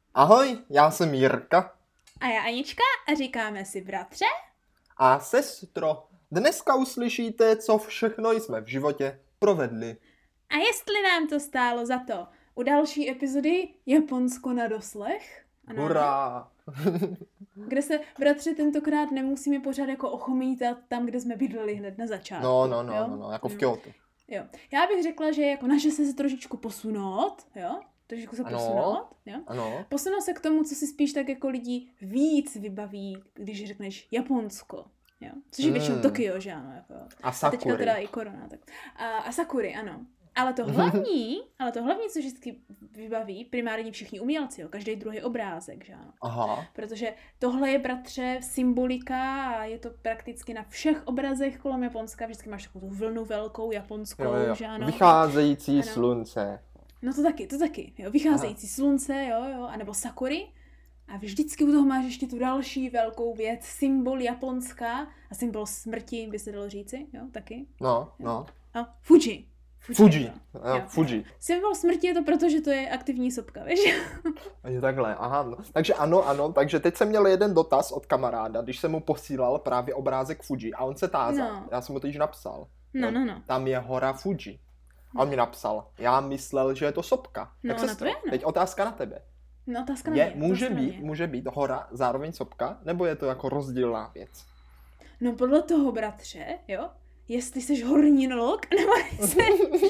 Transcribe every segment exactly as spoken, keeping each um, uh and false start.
Ahoj, já jsem Jirka. A já Anička a říkáme si bratře. A sestro, dneska uslyšíte, co všechno jsme v životě provedli. A jestli nám to stálo za to u další epizody Japonsko na doslech. Ano. Hurá! Kde se, bratře, tentokrát nemusíme pořád jako ochomítat tam, kde jsme bydleli hned na začátku. No, no, no, no, no, jako v Kyoto. Jo. Já bych řekla, že jako naše se trošičku posunout, jo? Trošičku se ano, posunout, jo? Ano. Posunout se k tomu, co si spíš tak jako lidi víc vybaví, když řekneš Japonsko, jo? Což je většinou mm. Tokio, že ano, jako. A Sakury. A teďka teda i korona, tak. A, a Sakury, ano. Ale to hlavní, ale to hlavní, co vždycky vybaví, primárně všichni umělci, jo? Každý druhý obrázek, že ano. Aha. Protože tohle je, bratře, symbolika a je to prakticky na všech obrazech kolem Japonska. Vždycky máš takovou tu vlnu velkou japonskou, jo, jo. že ano. Vycházející ano. slunce. No to taky, to taky, jo. Vycházející Aha. slunce, jo, jo, anebo Sakury. A vždycky u toho máš ještě tu další velkou věc, symbol Japonska a symbol smrti, by se dalo říci, jo, taky. No, jo. no. A Fuji. Fuji, Fuji. Jo, jo. Fuji. Symbol smrti je to proto, že to je aktivní sopka, víš? Je takhle, aha. No. Takže ano, ano, takže teď jsem měl jeden dotaz od kamaráda, když jsem mu posílal právě obrázek Fuji a on se tázal, no. Já jsem mu to již napsal. No, no, no. Tam je hora Fuji. A on mi napsal, já myslel, že je to sopka. No, tak sestro, no. teď otázka na tebe. No, otázka na je, mě. Může otázka být, může být hora zároveň sopka, nebo je to jako rozdílná věc? No podle toho, bratře, jo, jestli jsi horninolog, nebo jsi...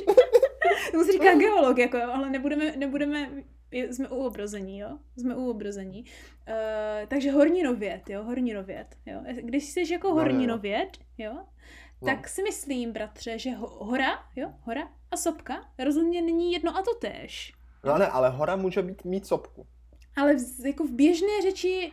to se říká geolog, jako, ale nebudeme, nebudeme, jsme u obrození, jo, jsme u obrození. Uh, takže horninověd, jo, horninověd, jo. Když jsi jako horninověd, jo, tak no. si myslím, bratře, že ho, hora, jo, hora a sopka rozhodně není jedno a to též. No ne, ale hora může být mít sopku. Ale v, jako v běžné řeči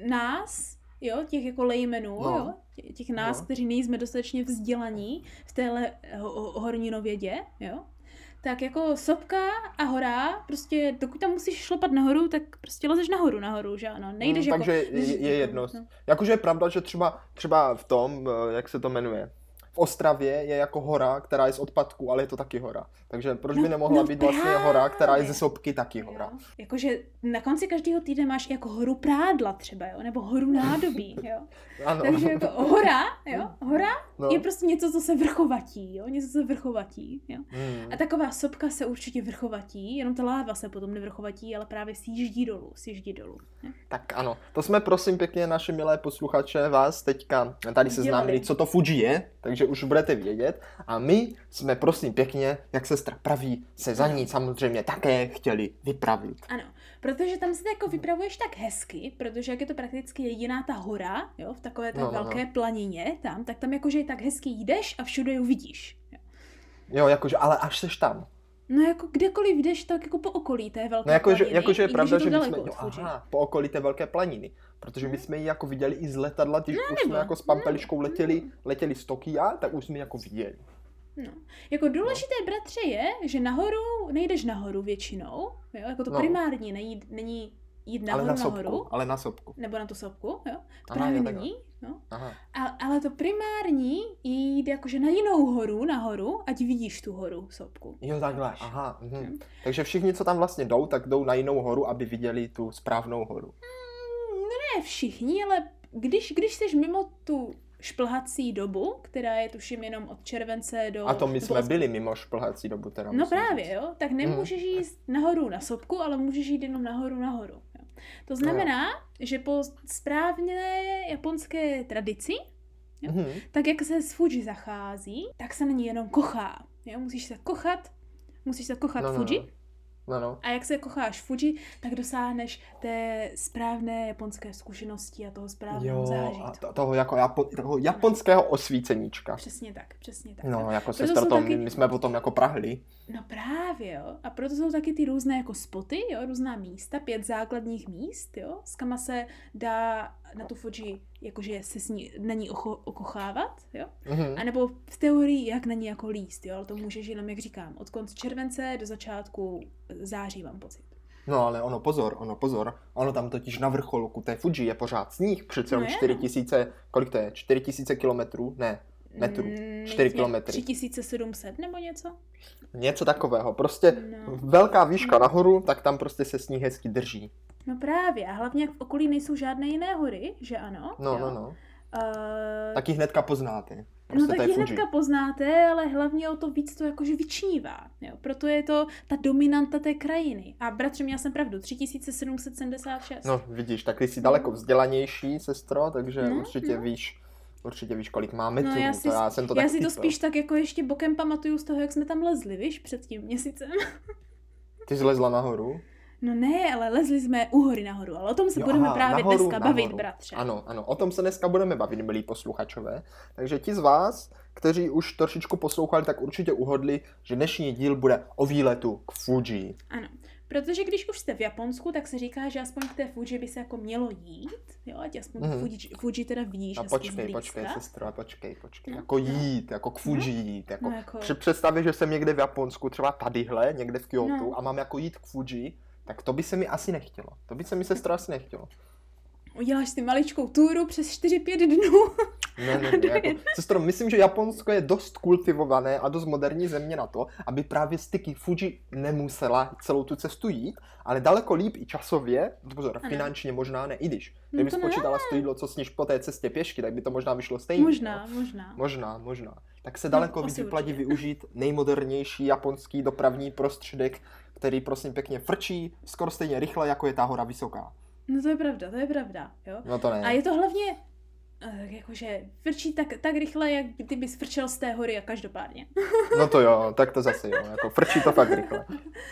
nás, jo, těch jako lejmenů, no. jo, těch nás, no. kteří nejsme dostatečně vzdělaní v téhle ho, horninovědě, jo, tak jako sopka a hora, prostě dokud tam musíš šlapat nahoru, tak prostě lezeš nahoru, nahoru, že ano, nejdeš hmm, jako... Takže je, je jedno. No. Jakože je pravda, že třeba, třeba v tom, jak se to jmenuje, v Ostravě je jako hora, která je z odpadků, ale je to taky hora. Takže proč by nemohla no, no být vlastně právě. hora, která je ze sopky taky hora? Jo. Jakože na konci každého týdne máš jako horu prádla třeba, jo? Nebo horu nádobí, jo? Ano. Takže jako hora, jo? Hora no. je prostě něco, co se vrchovatí, jo? Něco, co se vrchovatí, jo? Hmm. A taková sopka se určitě vrchovatí, jenom ta láva se potom nevrchovatí, ale právě sjíždí dolů, sjíždí dolů. Jo? Tak ano, to jsme prosím pěkně, naše milé posluchače, vás teďka tady seznámili, co to Fuji je, takže už budete vědět. A my jsme prosím pěkně, jak sestra praví, se za ní samozřejmě také chtěli vypravit. Ano, protože tam se jako vypravuješ tak hezky, protože jak je to prakticky jediná ta hora, jo, v takové té no, velké no. planině tam, tak tam jakože tak hezky jdeš a všude ji vidíš. Jo, jo jakože, ale až seš tam. No jako kdekoliv jdeš, tak jako po okolí té velké no, jako, planiny. Že, jakože je pravda, že my jsme, jo, aha, po okolí té velké planiny. Protože my jsme ji jako viděli i z letadla, když no, už jsme jako s Pampeliškou letěli, letěli z Tokia, tak už jsme ji jako viděli. No. Jako důležité, no. bratře, je, že nahoru nejdeš nahoru většinou, jo? Jako to no. primární není, není jít nahoru ale na nahoru. Sopku, ale na sopku. Nebo na tu sopku, jo? To Aha, právě není, no. Ale, ale to primární je jít jakože na jinou horu nahoru, ať vidíš tu horu, sopku. Jo, takhle, aha. Mhm. Takže všichni, co tam vlastně jdou, tak jdou na jinou horu, aby viděli tu správnou horu. Hmm, ne všichni, ale když, když jsi mimo tu šplhací dobu, která je tuším jenom od července do... A to my jsme byli mimo šplhací dobu teda. No právě, říct. jo, tak nemůžeš jít mm. nahoru na sopku, ale můžeš jít jenom nahoru nahoru. Jo. To znamená, no. že po správné japonské tradici, jo, mm. tak jak se s Fuji zachází, tak se na ní jenom kochá. Jo. Musíš se kochat, musíš se kochat no, Fuji. No, no. No, no. A jak se kocháš Fuji, tak dosáhneš té správné japonské zkušenosti a toho správného zážitku. A to, toho, jako Japo, toho japonského osvíceníčka. Přesně tak, přesně tak. No, jako sestra tom, taky... my jsme potom jako prahli. No právě, jo. A proto jsou taky ty různé jako spoty, jo, různá místa, pět základních míst, jo, s kama se dá na tu Fuji, jakože se s ní, na ní ocho, okochávat, jo. Mm-hmm. A nebo v teorii, jak na ní jako líst, jo, ale to můžeš jenom, jak říkám, od konce července do začátku září, mám pocit. No ale ono pozor, ono pozor, ono tam totiž na vrcholku té Fuji je pořád sníh, přece jenom no čtyři tisíce, kolik to je, čtyři tisíce kilometrů, ne, metrů, čtyři kilometry. tři tisíce sedm set nebo něco? Něco takového, prostě no. velká výška nahoru, tak tam prostě se sníh hezky drží. No právě, a hlavně jak v okolí nejsou žádné jiné hory, že ano? No, jo? no, no. Uh, Taky hnedka poznáte. Prostě Prostě no taky hnedka poznáte, ale hlavně o to víc to jakože vyčnívá. Jo? Proto je to ta dominanta té krajiny. A bratře, měla jsem pravdu, tři tisíce sedm set sedmdesát šest. No vidíš, tak ty jsi daleko vzdělanější, sestro, takže no, určitě no. víš, určitě víš, kolik má metrů. No, já si, to já jsem to já tak si to typl. spíš tak jako ještě bokem pamatuju z toho, jak jsme tam lezli, víš, před tím měsícem. Ty jsi lezla nahoru? No ne, ale lezli jsme u hory nahoru, ale o tom se Jo, budeme aha, právě nahoru, dneska nahoru. bavit, bratře. Ano, ano, o tom se dneska budeme bavit, milí posluchačové. Takže ti z vás, kteří už trošičku poslouchali, tak určitě uhodli, že dnešní díl bude o výletu k Fuji. Ano, protože když už jste v Japonsku, tak se říká, že aspoň k té Fuji by se jako mělo jít, jo, ať aspoň mm-hmm. Fuji, Fuji teda vidíš A hezky počkej, zblízka. počkej, sestro, počkej, počkej, No, jako no. jít, jako k Fuji jít, jako, No, jako- při představě, že jsem někde v Japonsku, třeba tadyhle, někde v Kyotu No. a mám jako jít k Fuji, tak to by se mi asi nechtělo, to by se mi, sestro, asi nechtělo. Uděláš si maličkou túru přes čtyři pět dnů. Ne, ne, ne, jako, sestro, myslím, že Japonsko je dost kultivované a dost moderní země na to, aby právě z ty Fuji nemusela celou tu cestu jít, ale daleko líp i časově, pozor, Ano. finančně možná ne, i když. No Kdyby to ne. spočítala to jídlo, co sníš po té cestě pěšky, tak by to možná vyšlo stejně. Možná, no. možná. Možná, možná. Tak se daleko No, víc asi vyplatí určitě. využít nejmodernější japonský dopravní prostředek, který prosím pěkně frčí skoro stejně rychle, jako je ta hora vysoká. No to je pravda, to je pravda, jo. No to ne. A je to hlavně, eh, jakože frčí tak, tak rychle, jak ty bys frčel z té hory a každopádně. No to jo, tak to zase jo, jako frčí to fakt rychle.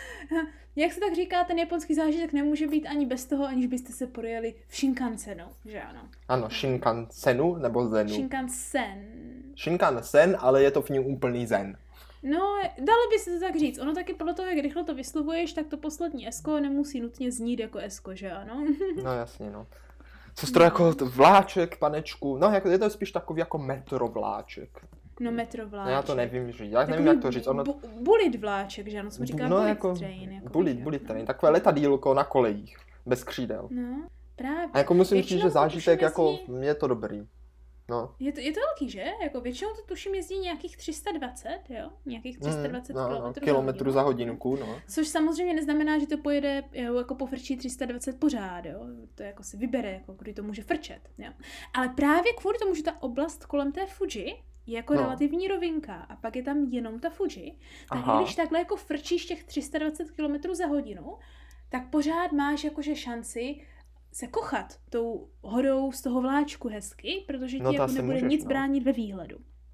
Jak se tak říká, ten japonský zážitek nemůže být ani bez toho, aniž byste se projeli v Shinkansenu, že ano? Ano, Shinkansenu nebo Zenu. Shinkansen. Shinkansen, ale je to v ní úplný zen. No, dalo by se to tak říct. Ono taky podle toho, jak rychle to vyslovuješ, tak to poslední esko nemusí nutně znít jako esko, že ano? No jasně, no. Sestro, jako t- vláček, panečku, no jako, je to spíš takový jako metrovláček. No metro vláček. No já to nevím, že já nevím, Takový jak to říct. Ono... Bu- bullet vláček, že ano? Jsme říká no, bullet jako, train. Jako bullet, víš, bullet no. train, takové letadílko na kolejích, bez křídel. No, právě. A jako musím říct, Většinou že to zážitek tuším jako jezdí- je to dobrý. No. Je to, je to velký, že? Jako většinou to tuším jezdí nějakých tři sta dvacet, jo? Nějakých tři sta dvacet Mm, no, no, kilometrů kilometrů za za hodinu. hodinku, no. Což samozřejmě neznamená, že to pojede jo, jako pofrčí tři sta dvacet pořád, jo? To jako si vybere, jako kdy to může frčet, jo? Ale právě kvůli tomu, že ta oblast kolem té Fuji je jako No. relativní rovinka a pak je tam jenom ta Fuji, tak Aha. když takhle jako frčíš těch tři sta dvacet kilometrů za hodinu, tak pořád máš jakože šanci se kochat tou horou z toho vláčku hezky, protože ti No to jako asi nebude můžeš, nic no. bránit ve výhledu.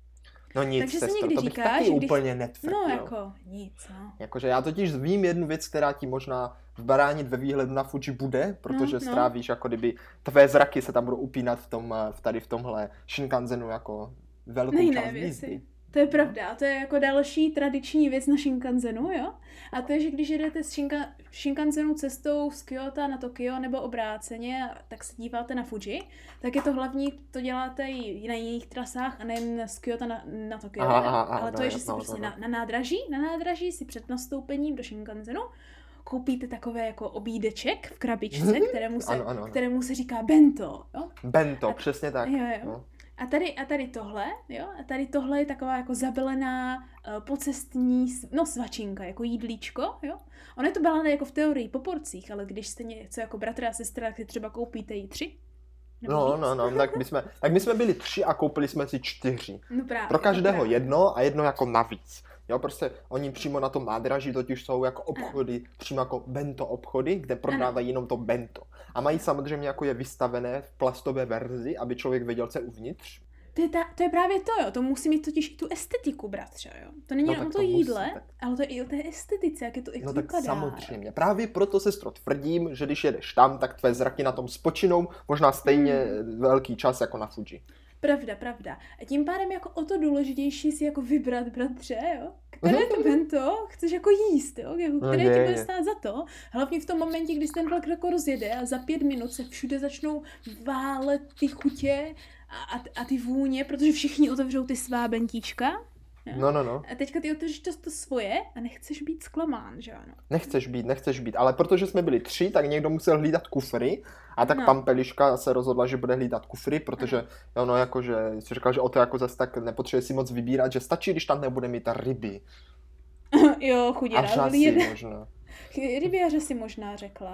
No nic, Takže se sestro, někdy to bych říká, taky že když- úplně netvrdil. No jako nic, no. Jakože já totiž vím jednu věc, která ti možná vbaránit ve výhledu na Fuji bude, protože No, no. strávíš, jako kdyby tvé zraky se tam budou upínat v tom, v tady v tomhle Shinkansenu jako velkou Na jiné část věci. jízdy. To je pravda, a to je jako další tradiční věc na Shinkansenu, jo? A to je, že když jedete z Shinka, Shinkansenu cestou z Kyoto na Tokio nebo obráceně, tak se díváte na Fuji, tak je to hlavní, to děláte i na jiných trasách a nejen z Kyoto na, na Tokio. Aha, jo? aha, aha, Ale to no, je, že no, si no, prostě no. na, na nádraží, na nádraží si před nastoupením do Shinkansenu koupíte takové jako obídeček v krabičce, kterému se, Ano, ano, ano. kterému se říká bento, jo? Bento, A- přesně tak. Jo, jo. No. A tady, a tady tohle, jo, a tady tohle je taková jako zabalená uh, pocestní, s- no svačinka, jako jídlíčko, jo. Ono je to balené jako v teorii po porcích, ale když jste něco jako bratr a sestra, tak si třeba koupíte jí tři. nebo No, víc. no, no, tak my jsme, tak my jsme byli tři a koupili jsme si čtyři. No právě. Pro každého no právě. jedno a jedno jako navíc. Jo, prostě oni přímo na tom nádraží totiž jsou jako obchody, přímo jako bento obchody, kde prodávají jenom to bento. A mají samozřejmě jako je vystavené v plastové verzi, aby člověk věděl, co je uvnitř. To je, ta, to je právě to, jo. To musí mít totiž i tu estetiku, bratře, jo. To není No jenom tak to to musí, jídle, tak. ale to je i o té estetice, jak je to, jak No to tak vypadá. samozřejmě. Právě proto, sestro, tvrdím, že když jedeš tam, tak tvé zraky na tom spočinou možná stejně Hmm. velký čas jako na Fuji. Pravda, pravda. A tím pádem jako o to důležitější si jako vybrat, bratře, jo? Které to bento chceš jako jíst, jo? Jako, které No, ti je, bude je. stát za to. Hlavně v tom momentě, kdy se ten vlak jako rozjede a za pět minut se všude začnou válet ty chutě a, a, a ty vůně, protože všichni otevřou ty svá bentíčka. Jo? No, no, no. A teďka ty otevřeš to, to svoje a nechceš být zklamán, že ano? Nechceš být, nechceš být, ale protože jsme byli tři, tak někdo musel hlídat kufry a tak No. Pampeliška se rozhodla, že bude hlídat kufry, protože ono jakože, si říkal, že o to jako zase tak nepotřebuje si moc vybírat, že stačí, když tam nebude mít ryby Jo, a chudě řasy možná. Rybiaře si možná řekla.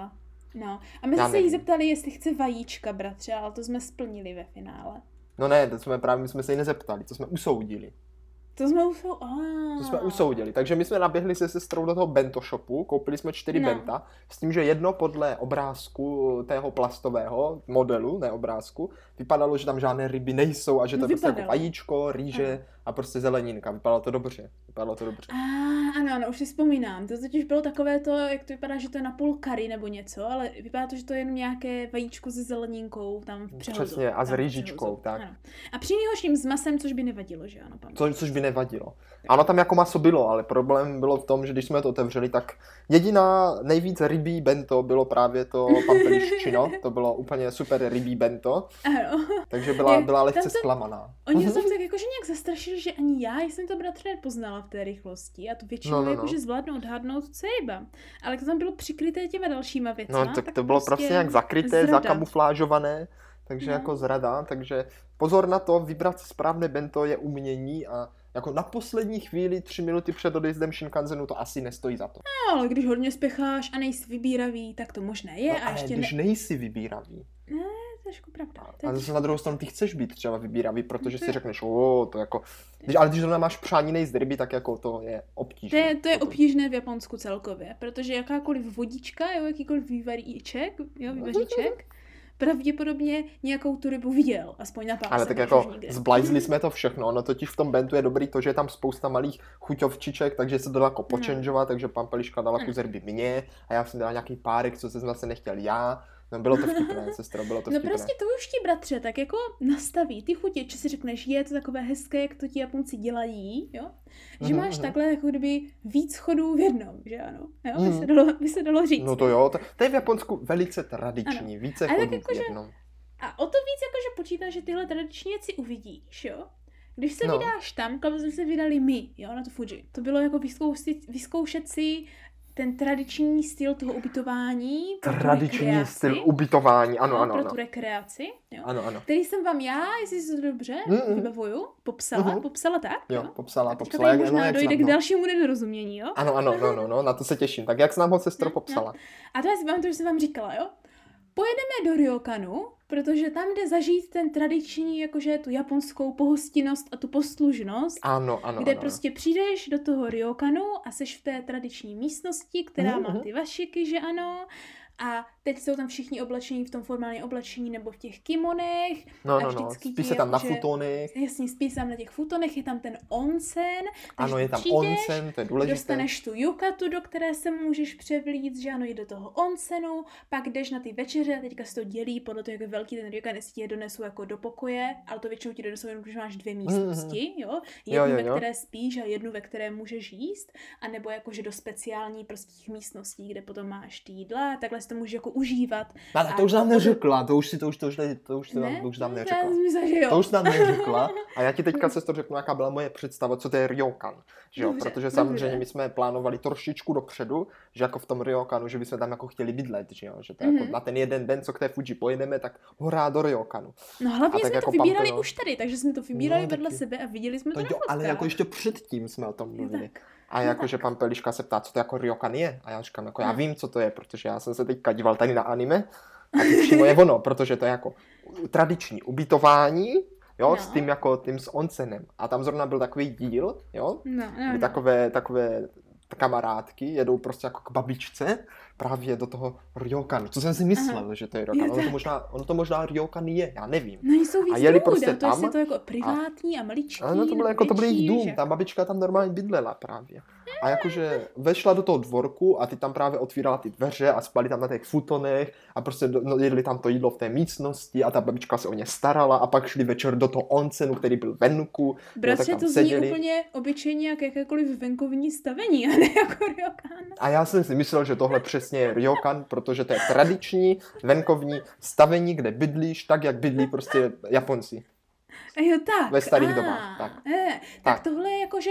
No, a my Já jsme se jí nevím. zeptali, jestli chce vajíčka, bratře, ale to jsme splnili ve finále. No ne, to jsme právě, my jsme se jí nezeptali, to jsme usoudili. To jsme usou... Ah. To jsme usoudili. Takže my jsme naběhli se sestrou do toho bento shopu, koupili jsme čtyři No. benta, s tím, že jedno podle obrázku tého plastového modelu, ne obrázku, vypadalo, že tam žádné ryby nejsou a že to No, je prostě jako vypadalo. vajíčko, rýže a prostě zeleninka. Vypadalo to dobře. Vypadalo to dobře. Ah, ano, ano, už si vzpomínám. To totiž bylo takové to, jak to vypadá, že to je napůl curry nebo něco, ale vypadá to, že to je jenom nějaké vajíčko se zeleninkou tam v přehodu. Přesně, a s tam v rýžičkou, přehodu. tak. Ano. A při nejhorším s masem, což by nevadilo, že ano, pan. Co, což by nevadilo. Ano, tam jako maso bylo, ale problém bylo v tom, že když jsme to otevřeli, tak jediná nejvíc rybí bento bylo právě to pampeliščino. To bylo úplně super rybí bento, Ano. takže byla, Jak- byla tam lehce to- zklamaná. Oni to tam tak jakože nějak zastrašili, že ani já jsem to bratře nepoznala v té rychlosti a to většinou No, no, no, no, no. jakože zvládnu odhadnout, co je iba. Ale to tam bylo přikryté těma dalšíma věcma. No, tak to bylo prostě nějak zakryté, zrada. zakamuflážované, takže No. jako zrada, takže pozor na to, vybrat si správné bento je umění a jako na poslední chvíli, tři minuty před odjezdem Shinkansenu to asi nestojí za to. No, ale když hodně spěcháš a nejsi vybíravý, tak to možné je No, a ale ještě když ne... nejsi vybíravý, Ne, to je trošku pravda. To je a zase na druhou stranu ty chceš být třeba vybíravý, protože To si je- řekneš, o, to jako, když, ale když zrovna máš přání nejít z ryby, tak jako to je obtížné. To je, to je Potom. obtížné v Japonsku celkově, protože jakákoliv vodička, jo, jakýkoliv vývaríček, jo, vývaříček, pravděpodobně nějakou tu rybu viděl, aspoň na páse. Ale tak než jako už nikde. zblajzli jsme to všechno, ono totiž v tom bentu je dobrý to, že je tam spousta malých chuťovčiček, takže se to dá jako počenžovat, takže pan Peliška dala kus ryby mně a já jsem dala nějaký párek, co jsem zase nechtěl já. No bylo to vtipné, sestro, bylo to No vtipné. prostě to už ti bratře tak jako nastaví ty chutě, že si řekneš, je to takové hezké, jak to ti Japonci dělají, jo? Že Mhm, máš mhm. takhle jako kdyby víc chodů v jednom, že ano? Jo? By, Mhm. se dalo, by se dalo říct. No to jo, to, to je v Japonsku velice tradiční, více Ale tak chodů v jakože- jednom. A o to víc jakože počítáš, že tyhle tradiční věci uvidíš, jo? Když se No. vydáš tam, kam jsme se vydali my, jo, na to Fuji, to bylo jako vyzkoušet, vyzkoušet si ten tradiční styl toho ubytování. pro tu Tradiční rekreaci. styl ubytování, ano, No, ano, pro ano. tu rekreaci, jo. Ano, ano. Který jsem vám já, jestli si to dobře Mm-mm. vybavuju, popsala, Mhm. popsala tak, Jo, popsala, A teďka popsala, tady jak, no, možná jak dojde snadno. k dalšímu nedorozumění, jo? Ano, ano, no, no, no, na to se těším. Tak jak jsi nám ho sestro No, popsala? A to já si pamatuju, že jsem vám říkala, jo? Pojedeme do Ryokanu, protože tam jde zažít ten tradiční, jakože tu japonskou pohostinnost a tu poslužnost, Ano, ano, kde ano. prostě přijdeš do toho Ryokanu a seš v té tradiční místnosti, která Mhm, má mhm. ty vašiky, že ano, a teď jsou tam všichni oblečení v tom formálním oblečení nebo v těch kimonech. No, a no, no, vždycky spí ti se tam na jakože- futonech. Jasně, spí se tam na těch futonech, je tam ten onsen, takže Ano, je ty tam přijdeš, onsen, to je důležité. dostaneš tu yukatu, do které se můžeš převlít, že ano, je do toho onsenu, pak jdeš na ty večeře, teďka se to dělí podle toho, jak je velký ten ryokan, jestli ti je donesou jako do pokoje, ale to většinou ti donesou jenom, když máš dvě místnosti, jo, jednu, jo, ve jo. které spíš a jednu, ve které můžeš jíst, anebo jakože do speciální prostě těch místností, kde potom máš ty jídla, takhle si to můžeš jako užívat. Ale to A už nám potom- neřekla, to už si to už to už, ne, to už, to, Ne? to už nám Já neřekla. jsem myslela, že jo. To už nám neřekla a já ti teďka sestro řeknu, jaká byla moje představa, co to je ryokan. Že jo? Dobře, Protože dobře. samozřejmě my jsme plánovali trošičku dopředu, že jako v tom ryokanu, že bychom tam jako chtěli bydlet, že jo? Že to Mhm. jako na ten jeden den, co k té Fuji pojedeme, tak hurá do ryokanu. No hlavně A tak jsme jako to vybírali Pampino. už tady, takže jsme to vybírali No, vedle taky. sebe a viděli jsme to, To na jo, ale fotkách. jako ještě předtím jsme o tom Jo, mluvili. tak. A jakože pan Peliška se ptá, co to jako ryokan je. A já říkám, jako já No. vím, co to je, protože já jsem se teďka díval tady na anime a teď přímo je ono, protože to je jako tradiční ubytování, jo, No. s tím jako tím s onsenem. A tam zrovna byl takový díl, jo, No, no, kdy no. takové, takové kamarádky jedou prostě jako k babičce právě do toho ryokanu. Co jsem si myslel, Aha. že to je ryokan. Jo, Ono to tak. možná, ono to možná ryokan je, já nevím. No jsou víc A jeli druhů, prostě to je tam to jako privátní a maličký. Ano, to bylo nebo jako to byl jejich větší, dům, že- ta babička tam normálně bydlela právě. A jakože vešla do toho dvorku a ty tam právě otvírala ty dveře a spali tam na těch futonech a prostě do, no, jedli tam to jídlo v té místnosti a ta babička se o ně starala a pak šli večer do toho onsenu, který byl venku. jo, tak Bratře, tam to zní seděli. úplně obyčejně jak jakékoliv venkovní stavení, a ne jako ryokan. A já jsem si myslel, že tohle přesně je ryokan, protože to je tradiční venkovní stavení, kde bydlíš tak, jak bydlí prostě Japonci. A jo, tak. Ve starých a, dobách, tak. Ne, tak. Tak. tohle je jakože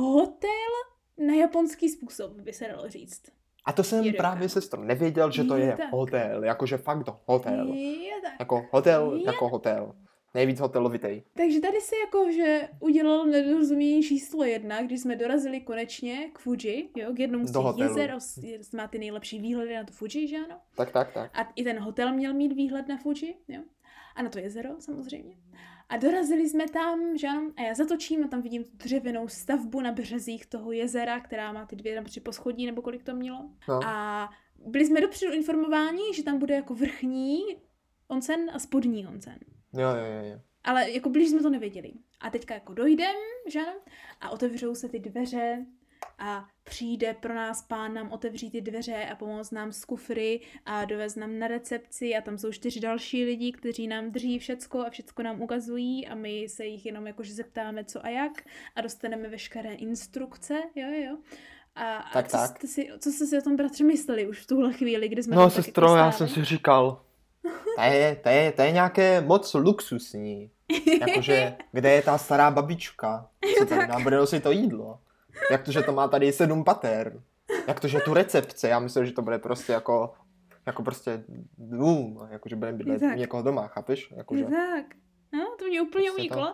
hotel na japonský způsob, by se dalo říct. A to jsem Je ryokan. právě, sestro, nevěděl, že to Je je tak. hotel, jakože fakt hotel. Je tak. Jako hotel, Je- jako hotel. Nejvíc hotelovitej. Takže tady se jako, že udělalo nedorozumění číslo jedna, když jsme dorazili konečně k Fuji, jo, k jednomu z těch jezer, má ty nejlepší výhledy na to Fuji, že ano? Tak, tak, tak. A i ten hotel měl mít výhled na Fuji, jo? A na to jezero samozřejmě. A dorazili jsme tam, že ano, a já zatočím a tam vidím tu dřevěnou stavbu na březích toho jezera, která má ty dvě nebo tři poschodí, nebo kolik to mělo. No. A byli jsme dopředu informováni, že tam bude jako vrchní onsen a spodní onsen. Jo, jo, jo. Ale jako blíž jsme to nevěděli. A teďka jako dojdem, že ano, a otevřou se ty dveře a přijde pro nás pán nám otevří ty dveře a pomoct nám z kufry a dovez nám na recepci a tam jsou čtyři další lidi, kteří nám drží všecko a všecko nám ukazují a my se jich jenom jakože zeptáme co a jak a dostaneme veškeré instrukce, jo, jo. A, tak, a co, tak. Jste si, co jste si o tom bratře mysleli už v tuhle chvíli, kdy jsme No, tam taky sestro, já pristáli? jsem si říkal, to je, to je, to je nějaké moc luxusní. Jakože, kde je ta stará babička? Co tady nám bude nosit to jídlo? Jak to, že to má tady sedm pater? Jak to, že tu recepce? Já myslím, že to bude prostě jako, jako prostě dům, jakože budeme bydlet u někoho doma, chápeš? Jakože, tak, no, to mě úplně prostě uniklo. To...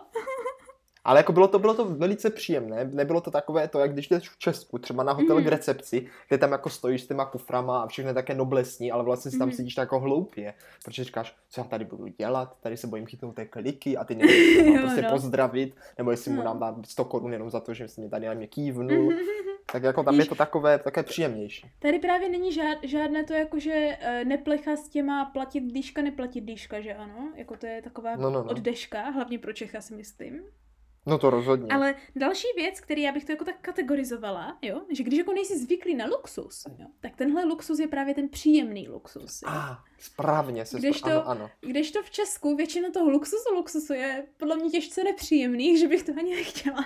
Ale jako bylo to, bylo to velice příjemné, nebylo to takové to, jak když jdeš v Česku, třeba na hotel mm. k recepci, kde tam jako stojíš s těma kuframa a všechno je také noblesní, ale vlastně si tam mm. sedíš tak jako hloupě, protože říkáš, co já tady budu dělat, tady se bojím chytnout té kliky a ty nevíš, prostě no. pozdravit, nebo jestli mu dám dát sto korun jenom za to, že jsi mě tady na mě kývnul, tak jako tam Víš, je to takové, také příjemnější. Tady právě není žád, žádné to jako, že neplecha s těma platit dýška, neplatit dýška, že ano, jako to je taková no, no, no. oddeška, hlavně pro Čecha si myslím. No to rozhodně. Ale další věc, který já bych to jako tak kategorizovala, jo, že když jako nejsi zvyklý na luxus, jo, tak tenhle luxus je právě ten příjemný luxus. Jo. Ah, správně. Se když spra- to, ano, ano. Když to v Česku většina toho luxusu luxusu je podle mě těžce nepříjemný, že bych to ani nechtěla.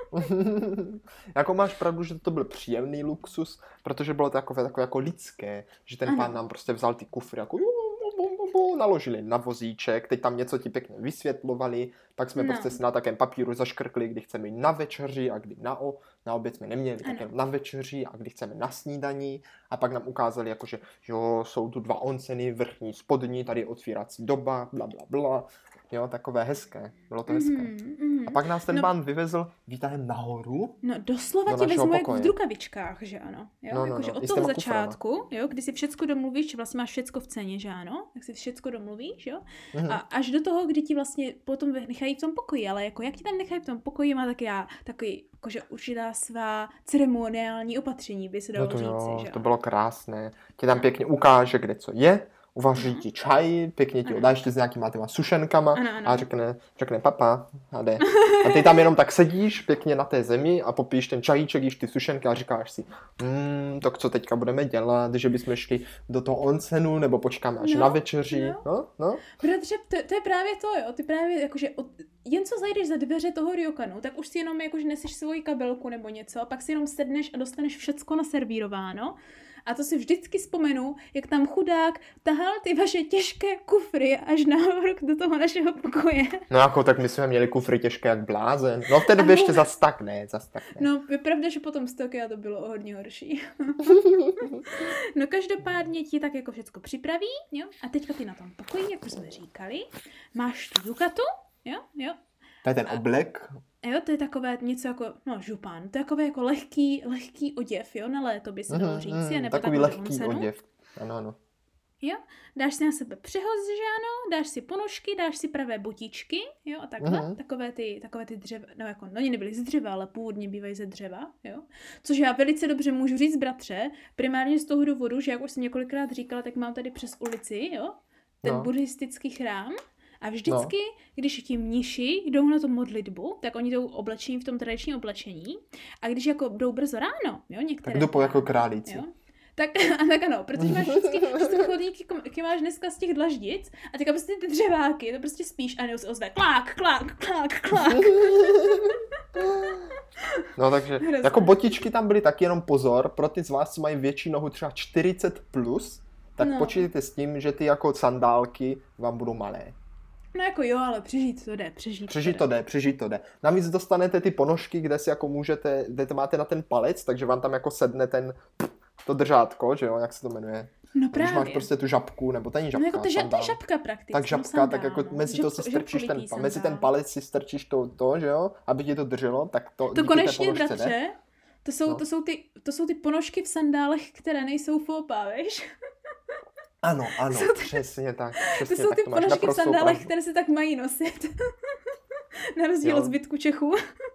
Jako máš pravdu, že to byl příjemný luxus, protože bylo to takové, takové jako lidské, že ten ano. pán nám prostě vzal ty kufry jako naložili na vozíček, teď tam něco ti pěkně vysvětlovali, pak jsme no. prostě si na takém papíru zaškrkli, kdy chceme jít na večeři a kdy na, o, na oběd jsme neměli, tak jenom na večeři a kdy chceme na snídaní a pak nám ukázali, jakože jo, jsou tu dva onseny, vrchní, spodní, tady je otvírací doba, bla, bla, bla. Jo, takové hezké. Bylo to hezké. Mm, mm. A pak nás ten no, pán vyvezl výtahem nahoru. No doslova do tě vezmu jak v drukavičkách, že ano. Jo? No, no, jako, že no. od toho začátku, jo, kdy si všecko domluvíš, že vlastně máš všecko v ceně, že ano, tak si všecko domluvíš, jo. Mm. A až do toho, kdy ti vlastně potom nechají v tom pokoji, ale jako jak ti tam nechají v tom pokoji, má taky já, takový, jakože určitá svá ceremoniální opatření, by se dalo no to říct, jo, že to bylo krásné. Tě tam pěkně ukáže, kde co je. Uvaří ti čaj, pěkně ti odá ještě s nějakýma těma sušenkama ano, ano. a řekne, řekne papa a jde. A ty tam jenom tak sedíš pěkně na té zemi a popíš ten čajíček, jíš ty sušenky a říkáš si, mmm, tak co teďka budeme dělat, že bychom šli do toho onsenu nebo počkáme až no, na večeři. No, no. no. Bratře, to, to je právě to, jo, ty právě jakože od, jen co zajdeš za dveře toho ryokanu, tak už si jenom jakože neseš svoji kabelku nebo něco a pak si jenom sedneš a dostaneš všecko naservírováno. A to si vždycky vzpomenu, jak tam chudák tahal ty vaše těžké kufry až nahoru do toho našeho pokoje. No jako, tak my jsme měli kufry těžké jak blázen. No v té době ještě zas tak ne, zas tak ne. No je pravda, že potom z Tokia to bylo o hodně horší. No každopádně ti tak jako všecko připraví, jo? A teďka ty na tom pokoji, jak už jsme říkali, máš tu dukatu, jo, jo. To je ten oblek. Jo, to je takové něco jako, no župán, to je takové jako lehký, lehký oděv, jo, na léto by se dalo říct, mm, nebo takový lehký oděv, ano, ano. Jo, dáš si na sebe přehoz, že ano, dáš si ponožky, dáš si pravé botičky, jo, a takhle, mm-hmm. takové ty, takové ty dřeva, no jako, no oni nebyly z dřeva, ale původně bývají ze dřeva, jo, což já velice dobře můžu říct, bratře, primárně z toho důvodu, že jak už jsem několikrát říkala, tak mám tady přes ulici, jo, ten no. buddhistický chrám. A vždycky, no. když ti mniši jdou na tu modlitbu, tak oni jdou oblečení v tom tradičním oblečení. A když jako jdou brzo ráno, jo, některé... Tak jdou po jako králíci. Jo, tak, a tak ano, protože máš vždycky chodníky, jaký máš dneska z těch dlaždic a teďka prostě ty dřeváky, to prostě spíš a nebo se ozve klák, klák, klák, klák. No takže, Hrozné. Jako botičky tam byly taky jenom pozor, pro ty z vás, co mají větší nohu třeba čtyřicet plus, tak no. počítejte s tím, že ty jako sandálky vám budou malé. No jako jo, ale přežít to jde, přežít, přežít to jde. Přežít to jde. Navíc dostanete ty ponožky, kde si jako můžete, kde to máte na ten palec, takže vám tam jako sedne ten, to držátko, že jo, jak se to jmenuje? No Když právě. máš prostě tu žabku, nebo to není žabka, No jako to, že, to je sandál. žabka prakticky. Tak no, žabka, sandál, tak jako no. mezi to si Žabko- strčíš ten, žabkovitý mezi ten sandál. palec si strčíš to, to, že jo, aby ti to drželo, tak to To díky té konečně, ponožce bratře, jde. to jsou, No. to, jsou ty, to jsou ty ponožky v sandálech, které nejsou fópa, víš? Ano, ano, Jsou ty- přesně tak. To Přesně jsou tak, ty to máš ponožky v naprostou sandálech, pravdu. které se tak mají nosit. Na rozdíl Jo. od zbytku Čechů.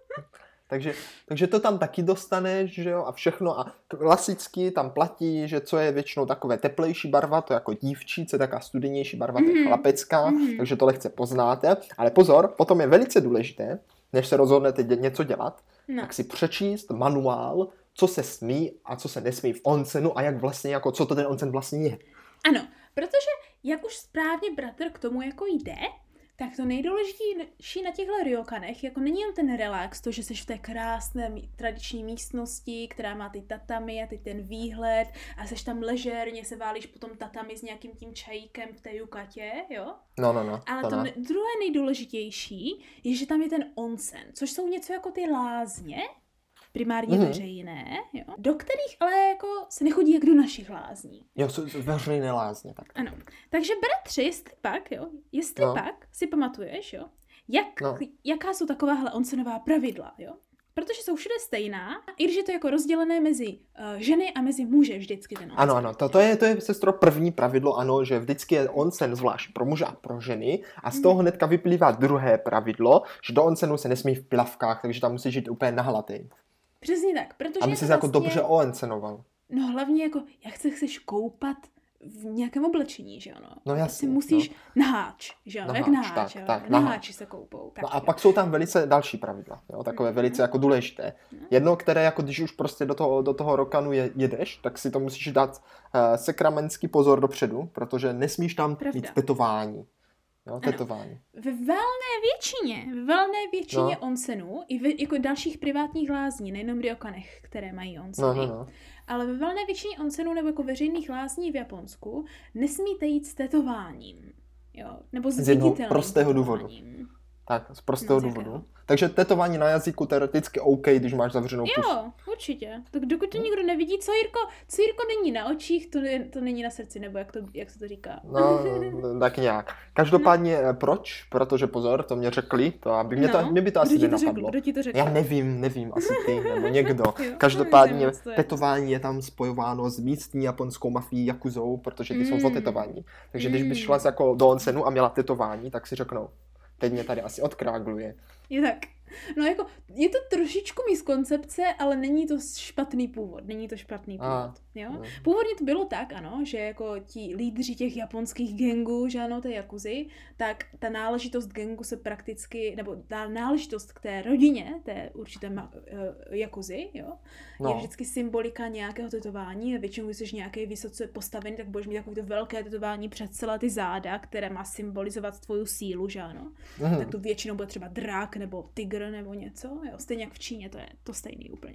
Takže, takže to tam taky dostaneš, že jo, a všechno. A klasicky tam platí, že co je většinou takové teplejší barva, to je jako dívčí, co je taková studenější barva, to je Mhm. chlapecká, Mhm. takže to lehce poznáte. Ale pozor, potom je velice důležité, než se rozhodnete dě- něco dělat, No. tak si přečíst manuál, co se smí a co se nesmí v onsenu a jak vlastně, jako co to ten onsen vlastně je. Ano, protože jak už správně bratr k tomu jako jde, tak to nejdůležitější na těchto ryokanech jako není jen ten relax, to, že jsi v té krásné mí- tradiční místnosti, která má ty tatami a ty ten výhled a seš tam ležérně, se válíš potom tatami s nějakým tím čajíkem v té jukatě, jo? No, no, no. Ale to to ne. ne- druhé nejdůležitější je, že tam je ten onsen, což jsou něco jako ty lázně, primárně Mhm. veřejné, jo? Do kterých ale jako se nechodí jak do našich lázní. Jo, jsou jsou veřejné lázně, tak. Ano. Takže bratři, jestli pak, jo, jestli No. pak si pamatuješ, jo, jak, No. jaká jsou takováhle onsenová pravidla, jo? Protože jsou všude stejná, i když je to jako rozdělené mezi uh, ženy a mezi muže vždycky ten onsen. Ano, ano, to, to, je, to je, sestro, první pravidlo, ano, že vždycky je onsen zvlášť pro muže a pro ženy a z toho hnedka vyplývá druhé pravidlo, že do onsenu se nesmí v plavkách, takže tam musíš jít úplně nahlatej, Přesně tak, protože aby je jsi to jako vlastně, dobře oonsenoval. no hlavně jako, jak se chceš koupat v nějakém oblečení, že ano? No Ty jasně, musíš no. na háč, že ano? Na Jak háč, na háč, tak, jo? tak, na na háči se koupou. Tak, No a jo. pak jsou tam velice další pravidla, jo, takové Mhm. velice jako důležité. Jedno, které jako když už prostě do toho, do toho rokanu je, jedeš, tak si to musíš dát uh, sakramentský pozor dopředu, protože nesmíš tam Pravda. mít tetování. Jo, tetování. Ve valné většině, ve valné většině No. onsenů, i v, jako dalších privátních lázní, nejenom ryokanech, které mají onseny, No, no, no. ale ve valné většině onsenů nebo jako veřejných lázní v Japonsku nesmíte jít s tetováním. Jo? Nebo s Z jednoho viditelným prostého důvodu. tetováním. Tak, z prostého No, z důvodu. jakého? Takže tetování na jazyku teoreticky OK, když máš zavřenou pusu. Jo, určitě. Tak dokud to nikdo nevidí, co Jirko, co Jirko není na očích, to, je, to není na srdci, nebo jak, to, jak se to říká. No, no, tak nějak. Každopádně eh, proč? Protože pozor, to mě řekli, to, aby mě, to, No, mě by to kdo asi ti to řekl? nenapadlo. Kdo ti to řekl? Já nevím, nevím, asi ty nebo někdo. Jo, Každopádně nevím, co to je. tetování je tam spojováno s místní japonskou mafií Yakuzou, protože ty jsou Mm. fotetování. Takže když bys Mm. šla jako do onsenu a měla tetování, tak si řeknou, teď mě tady asi odkrágluje. Je tak. No jako, je to trošičku míst koncepce, ale není to špatný původ, není to špatný původ, A, jo? no. Původně to bylo tak, ano, že jako ti lídři těch japonských gangů, že ano, té jakuzy, tak ta náležitost gangu se prakticky, nebo ta náležitost k té rodině, té určité ma- uh, jakuzy, jo, No. je vždycky symbolika nějakého tetování, a většinou, když jsi nějaký vysoce postavený, tak budeš mít takové to velké tetování před celé ty záda, které má symbolizovat tvoju sílu, že ano. Mhm. Tak to většinou bude třeba drak nebo tygr nebo něco, jo, stejně jak v Číně, to je to stejný úplně.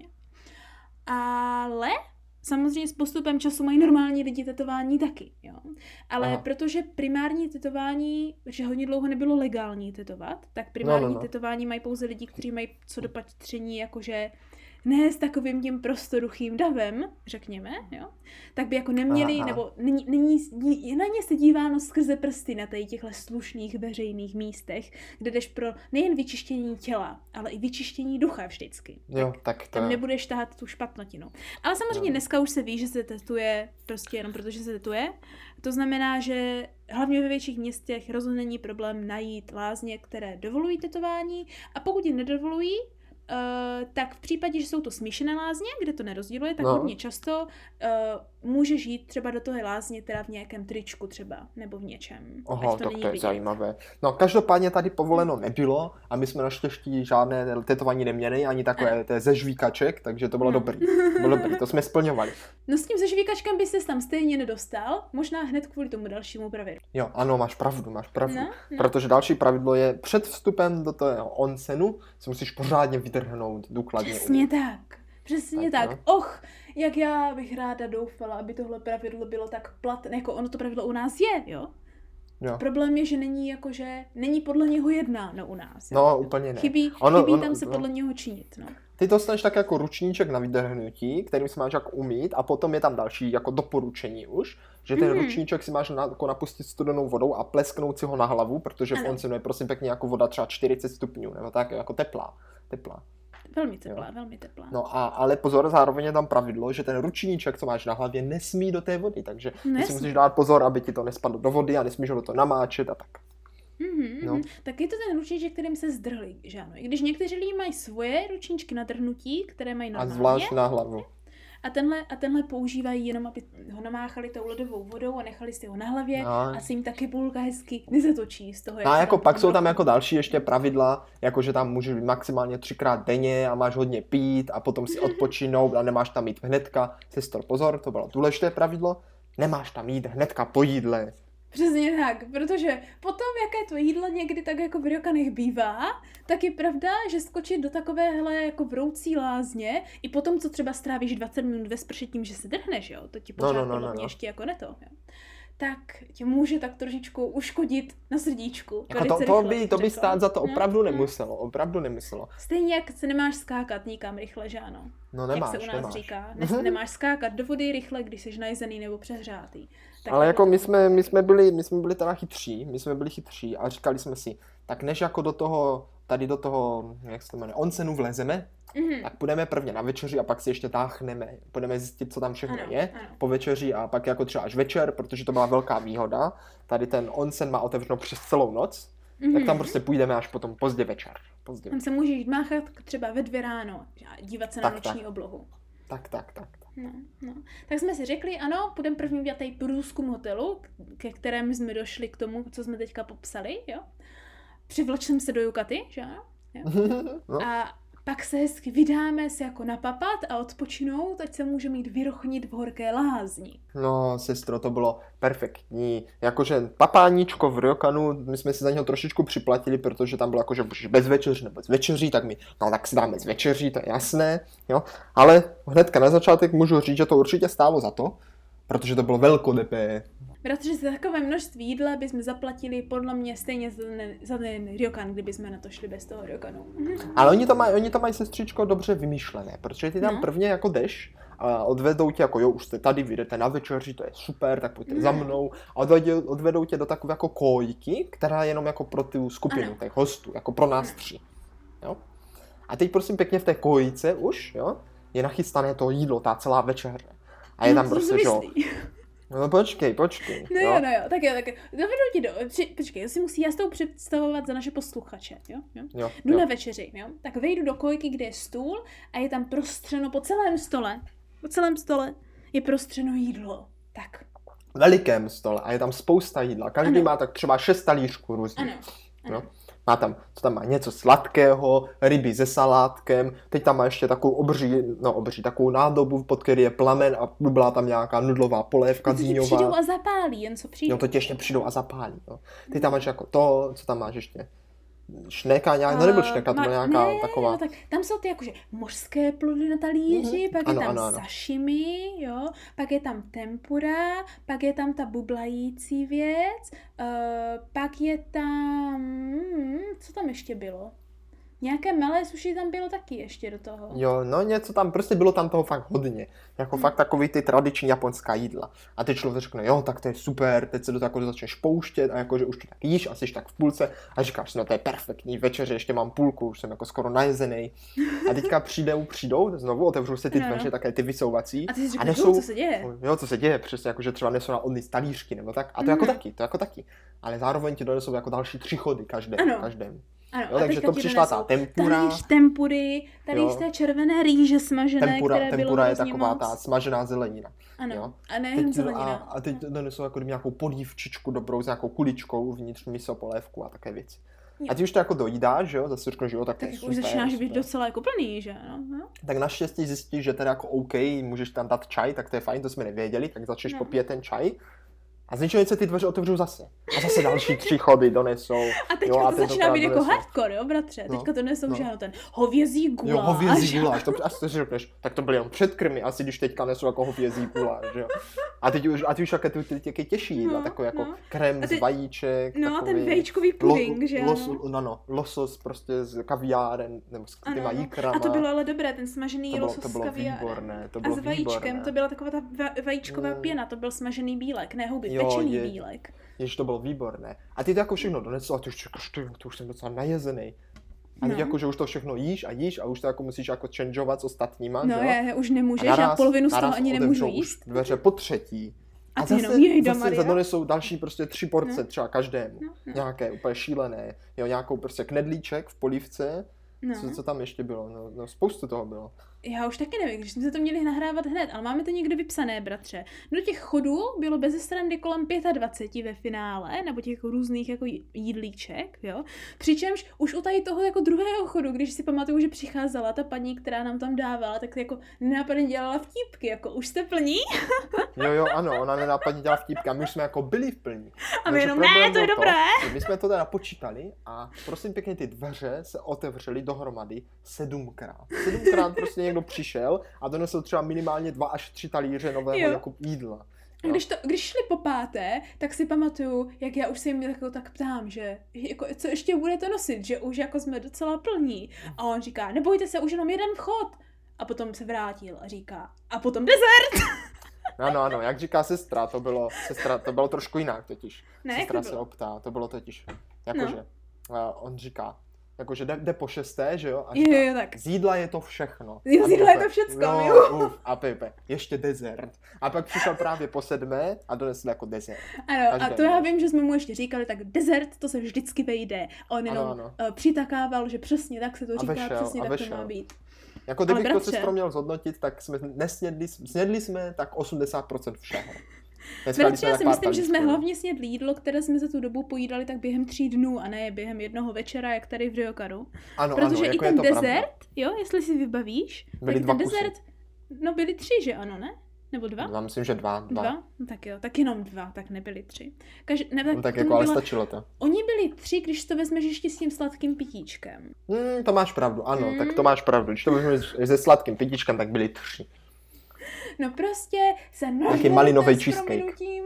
Ale samozřejmě s postupem času mají normální lidi tetování taky, jo. Ale Aha. protože primární tetování, že hodně dlouho nebylo legální tetovat, tak primární No, no, no. tetování mají pouze lidi, kteří mají co do patření, jakože ne s takovým tím prostoduchým davem, řekněme, jo, tak by jako neměli, Aha. nebo není, není, je na ně se díváno skrze prsty na tady těchto slušných veřejných místech, kde jdeš pro nejen vyčištění těla, ale i vyčištění ducha vždycky. Jo, tak to Tam je. nebudeš tahat tu špatnotinu. Ale samozřejmě Jo. dneska už se ví, že se tetuje prostě jenom protože se tetuje. To znamená, že hlavně ve větších městech rozhodně není problém najít lázně, které dovolují tetování, a pokud je nedovolují, Uh, tak v případě, že jsou to smíšené lázně, kde to nerozděluje, tak No. hodně často uh, můžeš jít třeba do toho lázně teda v nějakém tričku třeba, nebo v něčem. Oho, ať to tak není to je vidět. zajímavé. No, každopádně tady povoleno nebylo a my jsme naštěstí žádné tetování neměli, ani takové té ze žvíkaček, takže to bylo No. dobrý. To bylo dobrý, to jsme splňovali. No s tím zežvíkačkem by ses tam stejně nedostal, možná hned kvůli tomu dalšímu pravidlu. Jo, ano, máš pravdu, máš pravdu. No, no. Protože další pravidlo je, před vstupem do toho onsenu si musíš pořádně vydrhnout důkladně. Přesně umýt. tak. Přesně Tak, tak. no. Och, jak já bych ráda doufala, aby tohle pravidlo bylo tak platné, jako ono to pravidlo u nás je, jo? Jo. Problém je, že není jakože, není podle něho jednáno u nás. Jo? No, úplně ne. Chybí, Ono- chybí ono- tam se no. podle něho činit, no. Ty dostaneš tak jako ručníček na vydrhnutí, kterým si máš jako umýt a potom je tam další jako doporučení už, že ten mm-hmm. ručníček si máš na, jako napustit studenou vodou a plesknout si ho na hlavu, protože v oncenu je prosím pěkně jako voda třeba čtyřicet stupňů, nebo tak jako teplá, teplá. Velmi teplá, jo. velmi teplá. No a, ale pozor, zároveň je tam pravidlo, že ten ručníček, co máš na hlavě, nesmí do té vody, takže no, ty si musíš dát pozor, aby ti to nespadlo do vody a nesmíš ho do toho namáčet a tak. Mm-hmm, no. Tak je to ten ručníček, kterým se zdrhli, že ano. I když někteří lidi mají svoje ručníčky na drhnutí, které mají normálně. A zvlášť na hlavu. A tenhle, a tenhle používají jenom, aby ho namáchali tou ledovou vodou a nechali si ho na hlavě no. a se jim taky půlka hezky nezatočí z toho. No a jako pak jsou tam jako další ještě pravidla, jako že tam můžeš být maximálně třikrát denně a máš hodně pít a potom si odpočinout a nemáš tam jít hnedka. Sestro, pozor, to bylo důležité pravidlo, nemáš tam jít hnedka po jídle. Přesně tak, protože potom, jaké to jídlo někdy tak jako v ryokanech bývá, tak je pravda, že skočit do takovéhle jako vroucí lázně, i potom, co třeba strávíš dvacet minut ve sprše tím, že se drhneš, jo, to ti pořád no, no, no, podle mě no. ještě jako neto, jo. Tak tě může tak trošičku uškodit na srdíčku. Jako to, to, by, to by stát za to opravdu no, nemuselo, opravdu nemuselo. Stejně jak se nemáš skákat nikam rychle, že ano? No nemáš, jak se u nás nemáš. říká. Ne, nemáš skákat do vody rychle, když jsi najezený nebo přehřátý. Tak ale jako my jsme, my jsme byli, my jsme byli teda chytří, my jsme byli chytří a říkali jsme si, tak než jako do toho, tady do toho, jak se to jmenuje, onsenu vlezeme, mm-hmm. tak půjdeme prvně na večeři a pak si ještě táhneme, půjdeme zjistit, co tam všechno ano, je ano. po večeři a pak jako třeba až večer, protože to byla velká výhoda, tady ten onsen má otevřeno přes celou noc, mm-hmm. tak tam prostě půjdeme až potom pozdě večer. Pozdě tam večer. se můžeš máchat třeba ve dvě ráno a dívat se tak, na noční tak. oblohu. Tak, tak, tak. tak. No, no. Tak jsme si řekli, ano, půjdeme první udělat tady průzkum hotelu, ke kterému jsme došli k tomu, co jsme teďka popsali, jo. Přivlečeme se do Yucaty, že ano? no. A pak se hezky vydáme se jako napapat a odpočinout, ať se můžeme jít vyrochnit v horké lázni. No, sestro, to bylo perfektní. Jakože papáníčko v ryokanu, my jsme si za něho trošičku připlatili, protože tam bylo jakože bez večeří nebo bez večeří, tak my, no tak si dáme z večeří, to je jasné, jo. Ale hnedka na začátek můžu říct, že to určitě stálo za to, protože to bylo velkolepé. Protože za takové množství jídla bychom zaplatili podle mě stejně za ten, za ten ryokan, kdybychom na to šli bez toho ryokanu. Ale oni to mají, oni to mají, sestřičko, dobře vymyšlené, protože ty tam no. prvně jako jdeš a odvedou tě jako jo, už jste tady, vy jdete na večeři, to je super, tak pojďte no. za mnou a odvedou, odvedou tě do takové jako kojky, která je jenom jako pro tu skupinu těch hostů, jako pro nás tři. Jo? A teď prosím pěkně v té kojice už, jo, je nachystané to jídlo, ta celá večeře. A je tam no, prostě, že jo. No počkej, počkej. No jo, no jo, tak jo, tak jo. Dovedu ti do, při, počkej, to si musí já s tou představovat za naše posluchače, jo? jo? jo Jdu jo. na večeři, jo? Tak vejdu do kojky, kde je stůl a je tam prostřeno po celém stole, po celém stole je prostřeno jídlo. Tak. Velikém stole a je tam spousta jídla, každý ano. má tak třeba šest talířků různých. Ano, ano. No? Má tam, co tam má něco sladkého, ryby se salátkem, teď tam má ještě takovou obří, no obří, takovou nádobu, pod který je plamen a byla tam nějaká nudlová polévka dýňová. To přijdou a zapálí, jen co přijdou. No to tě ještě přijdou a zapálí, no. Teď tam máš jako to, co tam máš ještě? Šneka nějak, no nebyl šneka, to byla nějaká ne, taková. No tak tam jsou ty jakože mořské plody na talíři, mm-hmm. pak ano, je tam ano, ano. sashimi, jo, pak je tam tempura, pak je tam ta bublající věc, uh, pak je tam, hmm, co tam ještě bylo? Nějaké malé sushi tam bylo taky ještě do toho. Jo, no něco tam, prostě bylo tam toho fakt hodně. Jako hmm. fakt takový ty tradiční japonská jídla. A teď člověk řekne, jo, tak to je super, teď se do toho jako začneš pouštět a jakože už to tak jíš a jsi tak v půlce a říkáš, no to je perfektní, večeře ještě mám půlku, už jsem jako skoro najezený. A teďka přijdou, přijdou, znovu otevřou se ty dveře, no. také ty vysouvací. A ty si říkáš, nesou, co se děje? Jo, co se děje, přesně, jakože třeba nesou na odny talířky nebo tak. A to mm. jako taky, to jako taky. Ale zároveň ti donesou jako další tři chody každé, každém. Ano, jo, takže to přišla ta tempura. Talíř tempury, talíř té červené rýže smažené, tempura, které tempura bylo je taková moc. ta smažená zelenina. Ano, jo? a nejen zelenina. A, a teď donesou jako nějakou podívčičku dobrou s nějakou kuličkou uvnitř miso, polévku a také věci. Jo. A ty už to jako dojídáš, že jo, zase řekneš, že jo, tak, tak to je už super, začínáš být super. docela jako plný, že no, no. Tak naštěstí zjistíš, že teda jako OK, můžeš tam dát čaj, tak to je fajn, to jsme nevěděli, tak začneš no. popít ten čaj. A z ničeho nic se ty dveře otevřou zase. A zase další tři chody donesou. A teďka jo, a to začíná být jako hardcore, jo, bratře. No. Teďka to nesou no. žádnou ten hovězí guláš. Jo, hovězí guláš, to asi si řekneš, tak to byly jen předkrmy, asi když teďka nesou jako hovězí guláš, jo. A teď už, a ty už jaké ty těky těžší jídla, no, takový jako no. krém ty, z vajíček. No, ten vajíčkový puding, lo, že los, no, no, losos prostě z kaviáren, nebo s těma jíkrama. A to bylo ale dobré, ten smažený to bylo, losos to bylo z kaviáren. Výborné, to bylo a s vajíčkem, výborné. to byla taková ta vajíčková mm. pěna, to byl smažený bílek, ne huby, jo, pečený je, bílek. Jež to bylo výborné. A ty to jako všechno donesl a ty už čekáš, ty, ty už jsem docela najezený. A teď no. jako, že už to všechno jíš a jíš a už to jako musíš jako changeovat s ostatníma, no, že? No já už nemůžeš, já polovinu z toho ani nemůžu jíst. Dveře po třetí. A, a zase, jenom jejda, zase donesou další prostě tři porce, no. třeba každému. No, no. Nějaké úplně šílené. Jo, nějakou prostě knedlíček v polívce. No. Co, co tam ještě bylo? No, no spoustu toho bylo. Já už taky nevím, když jsme se to měli nahrávat hned, ale máme to někde vypsané, bratře. Do těch chodů bylo bez srandy kolem dvacet pět ve finále, nebo těch jako různých jako jídlíček, jo. Přičemž už u tady toho jako druhého chodu, když si pamatuju, že přicházela ta paní, která nám tam dávala, tak jako nenápadně dělala vtípky, jako už jste plní? Jo, jo, ano, ona nenápadně dělala vtípky a my už jsme jako byli v plní. A my jenom, ne, to je dobré. To, my jsme to teda počítali a prosím pěkně ty dveře se otevřely dohromady sedmkrát. Sedmkrát prostě někdo přišel a donesl třeba minimálně dva až tři talíře nového jako jídla. Jo. Když, to, když šli po páté, tak si pamatuju, jak já už se jim jako tak ptám, že jako, co ještě budete nosit, že už jako jsme docela plní. A on říká, nebojte se, už jenom jeden vchod. A potom se vrátil a říká, a potom dezert. Ano, ano, jak říká sestra, to bylo, sestra, to bylo trošku jinak totiž. Ne, sestra se optá, to bylo totiž, jakože, no. on říká, jakože jde, jde po šesté, že jo? A říká, jo, jo, tak. Z jídla je to všechno. Jo, z jídla je to všecko, jo. jo. Uf, a Pepe, ještě dezert. A pak přišel právě po sedmé a donesl jako dezert. Ano, každé a to já vím, že jsme mu ještě říkali, tak dezert, to se vždycky vejde. On jenom ano, ano. přitakával, že přesně tak se to říká, vešel, přesně tak vešel. To má být. Jako kdybych to sestro měl zhodnotit, tak jsme nesnědli, snědli jsme tak osmdesát procent všeho. Bratře, já si myslím, že jsme hlavně snědli jídlo, které jsme za tu dobu pojídali tak během tří dnů a ne během jednoho večera, jak tady v Ryokaru. Ano, protože ano, i ten dezert, jo, jestli si vybavíš, byly tak ten dezert, no byly tři, že ano, ne? Nebo dva? Já myslím, že dva. Dva? dva? No, tak jo, tak jenom dva, tak nebyly tři. Kaž, ne, tak no, tak jako, ale byla... stačilo to. Oni byli tři, když to vezmeš ještě s tím sladkým pitíčkem. Hmm, to máš pravdu, ano, hmm. tak to máš pravdu. Když to vezmeš se sladkým pitíčkem, tak byly tři. No prostě se taky malinový cheesecake.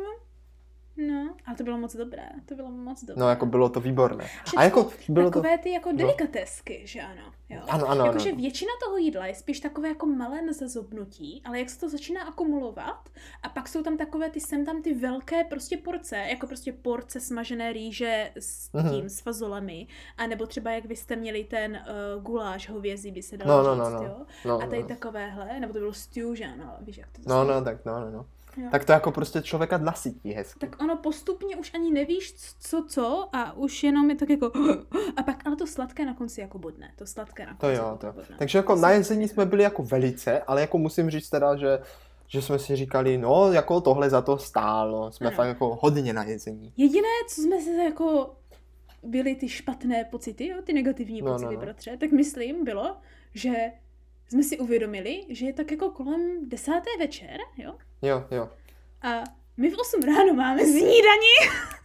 No, ale to bylo moc dobré, to bylo moc dobré. No, jako bylo to výborné. Všechno, a jako bylo takové to... ty jako delikatesky, no. Že ano, jo. Ano, ano, Jakože ano. věttina toho jídla je spíš takové jako malé na zazobnutí, ale jak se to začíná akumulovat a pak jsou tam takové ty, sem tam ty velké prostě porce, jako prostě porce smažené rýže s tím, mm-hmm. s fazolemi, a nebo třeba jak vy jste měli ten uh, guláš hovězí, by se dalo no, říct, no, no, jo. No, a tady no. takovéhle, nebo to bylo stew, že ano, víš jak to No, no, tak no, no, no. Jo. Tak to jako prostě člověka nasytí hezky. Tak ono postupně už ani nevíš co co a už jenom je tak jako a pak ale to sladké na konci jako bodne. To sladké na konci. To jo, to. Bodne. Takže jako na jezení jsme byli jako velice, ale jako musím říct teda, že že jsme si říkali, no jako tohle za to stálo. Jsme ano. fakt jako hodně na jezení. Jediné, co jsme se jako byly ty špatné pocity, jo, ty negativní no, pocity, no, no. bratře, tak myslím bylo, že jsme si uvědomili, že je tak jako kolem desáté večer, jo? Jo, jo. A my v osm ráno máme snídani.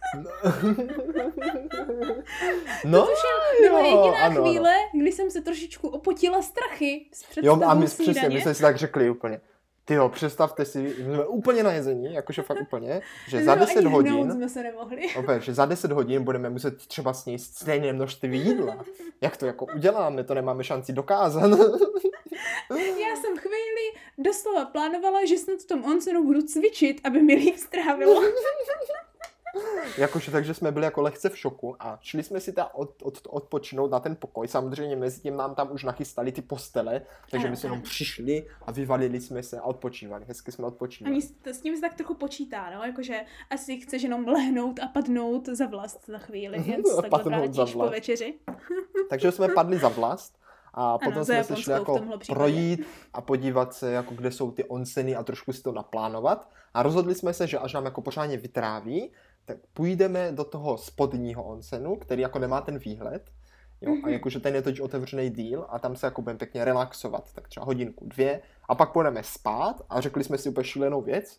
No, to byla jediná ano, chvíle, ano. kdy jsem se trošičku opotila strachy z představou Jo, a my snídaně. přesně, my jsme si tak řekli úplně. Tyjo, představte si, jsme úplně na jezení, jakože fakt úplně, že za deset hodin, jsme se nemohli. Opět, že za deset hodin budeme muset třeba sníst stejné množství jídla. Jak to jako uděláme, to nemáme šanci dokázat. Já jsem chvíli doslova plánovala, že snad v tom onsenu budu cvičit, aby mi líp strávilo. Jakože takže jsme byli jako lehce v šoku a šli jsme si ta od, od, odpočinout na ten pokoj. Samozřejmě mezi tím nám tam už nachystali ty postele, takže my jsme jenom přišli a vyvalili jsme se a odpočívali. Hezky jsme odpočívali. A s tím se tak trochu počítá, no, jakože asi chceš jenom lehnout a padnout za vlast za chvíli, jen se takhle vrátíš po večeři. Takže jsme padli za vlast. A potom ano, jsme se šli jako projít a podívat se, jako kde jsou ty onseny a trošku si to naplánovat. A rozhodli jsme se, že až nám jako pořádně vytráví, tak půjdeme do toho spodního onsenu, který jako nemá ten výhled. Jo? Mm-hmm. A jakože ten je totiž otevřený díl a tam se jako budeme pěkně relaxovat, tak třeba hodinku, dvě. A pak půjdeme spát a řekli jsme si úplně šílenou věc,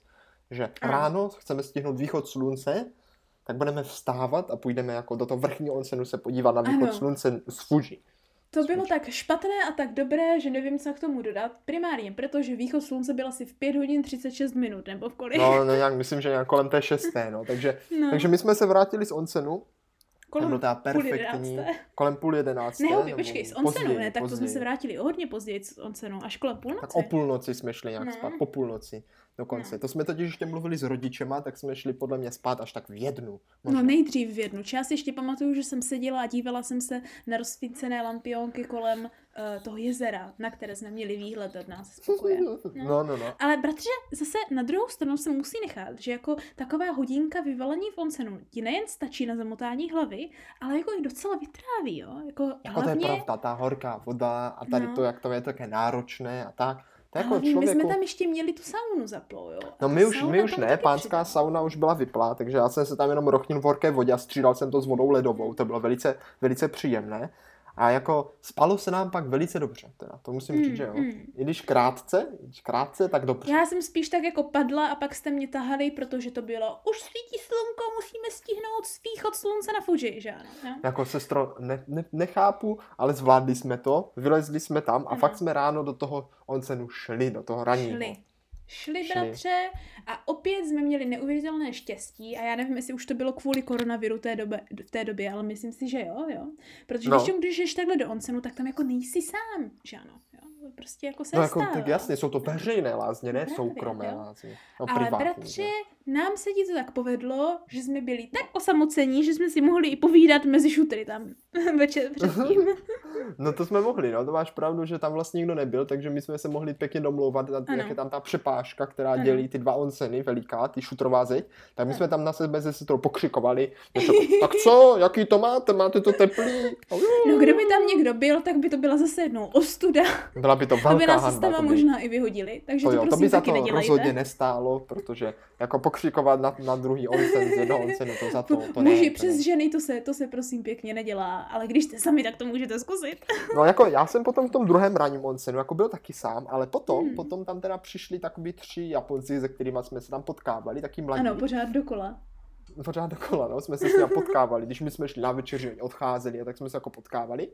že Ano. ráno chceme stihnout východ slunce, tak budeme vstávat a půjdeme jako do toho vrchního onsenu se podívat na východ Ano. slunce z Fuji. To bylo tak špatné a tak dobré, že nevím, co k tomu dodat. Primárně, protože východ slunce byl asi v pět hodin třicet šest minut, nebo v kolik. No, no nějak, myslím, že nějak kolem té šesté, no. Takže, No. takže my jsme se vrátili z onsenu. Kolem To bylo teda půl perfektní. jedenácté. Kolem půl jedenácté. Ne, nebo počkej, z onsenu, později, ne, tak to jsme později. se vrátili o hodně později z onsenu, až kolem půlnoci. Tak o půlnoci jsme šli nějak No. spát, po půlnoci dokonce. No. To jsme totiž ještě mluvili s rodičema, tak jsme šli podle mě spát až tak v jednu. No možná. nejdřív v jednu. Já si ještě pamatuju, že jsem seděla a dívala jsem se na rozsvícené lampionky kolem uh, toho jezera, na které jsme měli výhled od nás z pokoje. No, no, no. Ale bratře, zase na druhou stranu se musí nechat, že jako taková hodinka vyvalení v onsenu ti nejen stačí na zamotání hlavy, ale jako i docela vytráví, jo? Jako, Jako hlavně, to je pravda, ta horká voda a tady No. to, jak to je také náročné a tak. To je jako hlavně my člověku... jsme tam ještě měli tu saunu zaplou, jo? A No ta my už, sauna my už tam ne, taky pánská přidala. sauna už byla vyplá, takže já jsem se tam jenom rochnil v horké vodě a střídal jsem to s vodou ledovou, to bylo velice, velice příjemné. A jako spalo se nám pak velice dobře, teda, to musím Mm, říct, že jo. mm. I když krátce, i když krátce, tak dobře. Já jsem spíš tak jako padla a pak jste mě tahali, protože to bylo už svítí slunko, musíme stihnout východ slunce na Fuji, že ano? Jo? Jako sestro, ne, ne, nechápu, ale zvládli jsme to, vylezli jsme tam a Ano. fakt jsme ráno do toho oncenu šli, do toho ranního. Šli. Šli, Šli. bratře, a opět jsme měli neuvěřitelné štěstí a já nevím, jestli už to bylo kvůli koronaviru té době, v té době, ale myslím si, že jo, jo. Protože No. když, když jdeš takhle do oncenu, tak tam jako nejsi sám, že ano, jo. Prostě jako se No jako, stává. tak jasně, jsou to veřejné lázně, ne Právě, soukromé jo. lázně. No, Ale privátní, bratře, že? nám se ti to tak povedlo, že jsme byli tak osamocení, že jsme si mohli i povídat mezi šutry tam večer předtím. No to jsme mohli, no, to máš pravdu, že tam vlastně nikdo nebyl, takže my jsme se mohli pěkně domlouvat, na- jak je tam ta přepážka, která Ano. dělí ty dva onseny, veliká, ty šutrová zeď, tak my Ano. jsme tam na sebe se sestrou pokřikovali, něco, tak co, jaký to máte, máte to teplý? No kdyby tam někdo byl, tak by to byla zase jednou ostuda. Byla by to To by velká nás hanba. z to tam by, možná i vyhodili, takže to, to, jo, to prosím by za taky to nedělejte. rozhodně nestálo, protože jako pokřikovat na, na druhý onsen z jednoho onsenu, to za to, to ne. Muži to přes ne. ženy, to se, to se prosím pěkně nedělá, ale když jste sami, tak to můžete zkusit. No jako já jsem potom v tom druhém ranním onsenu jako byl taky sám, ale potom, Hmm. potom tam teda přišli takový tři Japonci, se kterými jsme se tam potkávali, taky mladí. Ano, pořád dokola. Pořád dokola, no, jsme se s nimi potkávali, když my jsme šli na večeři, oni odcházeli, a tak jsme se jako potkávali.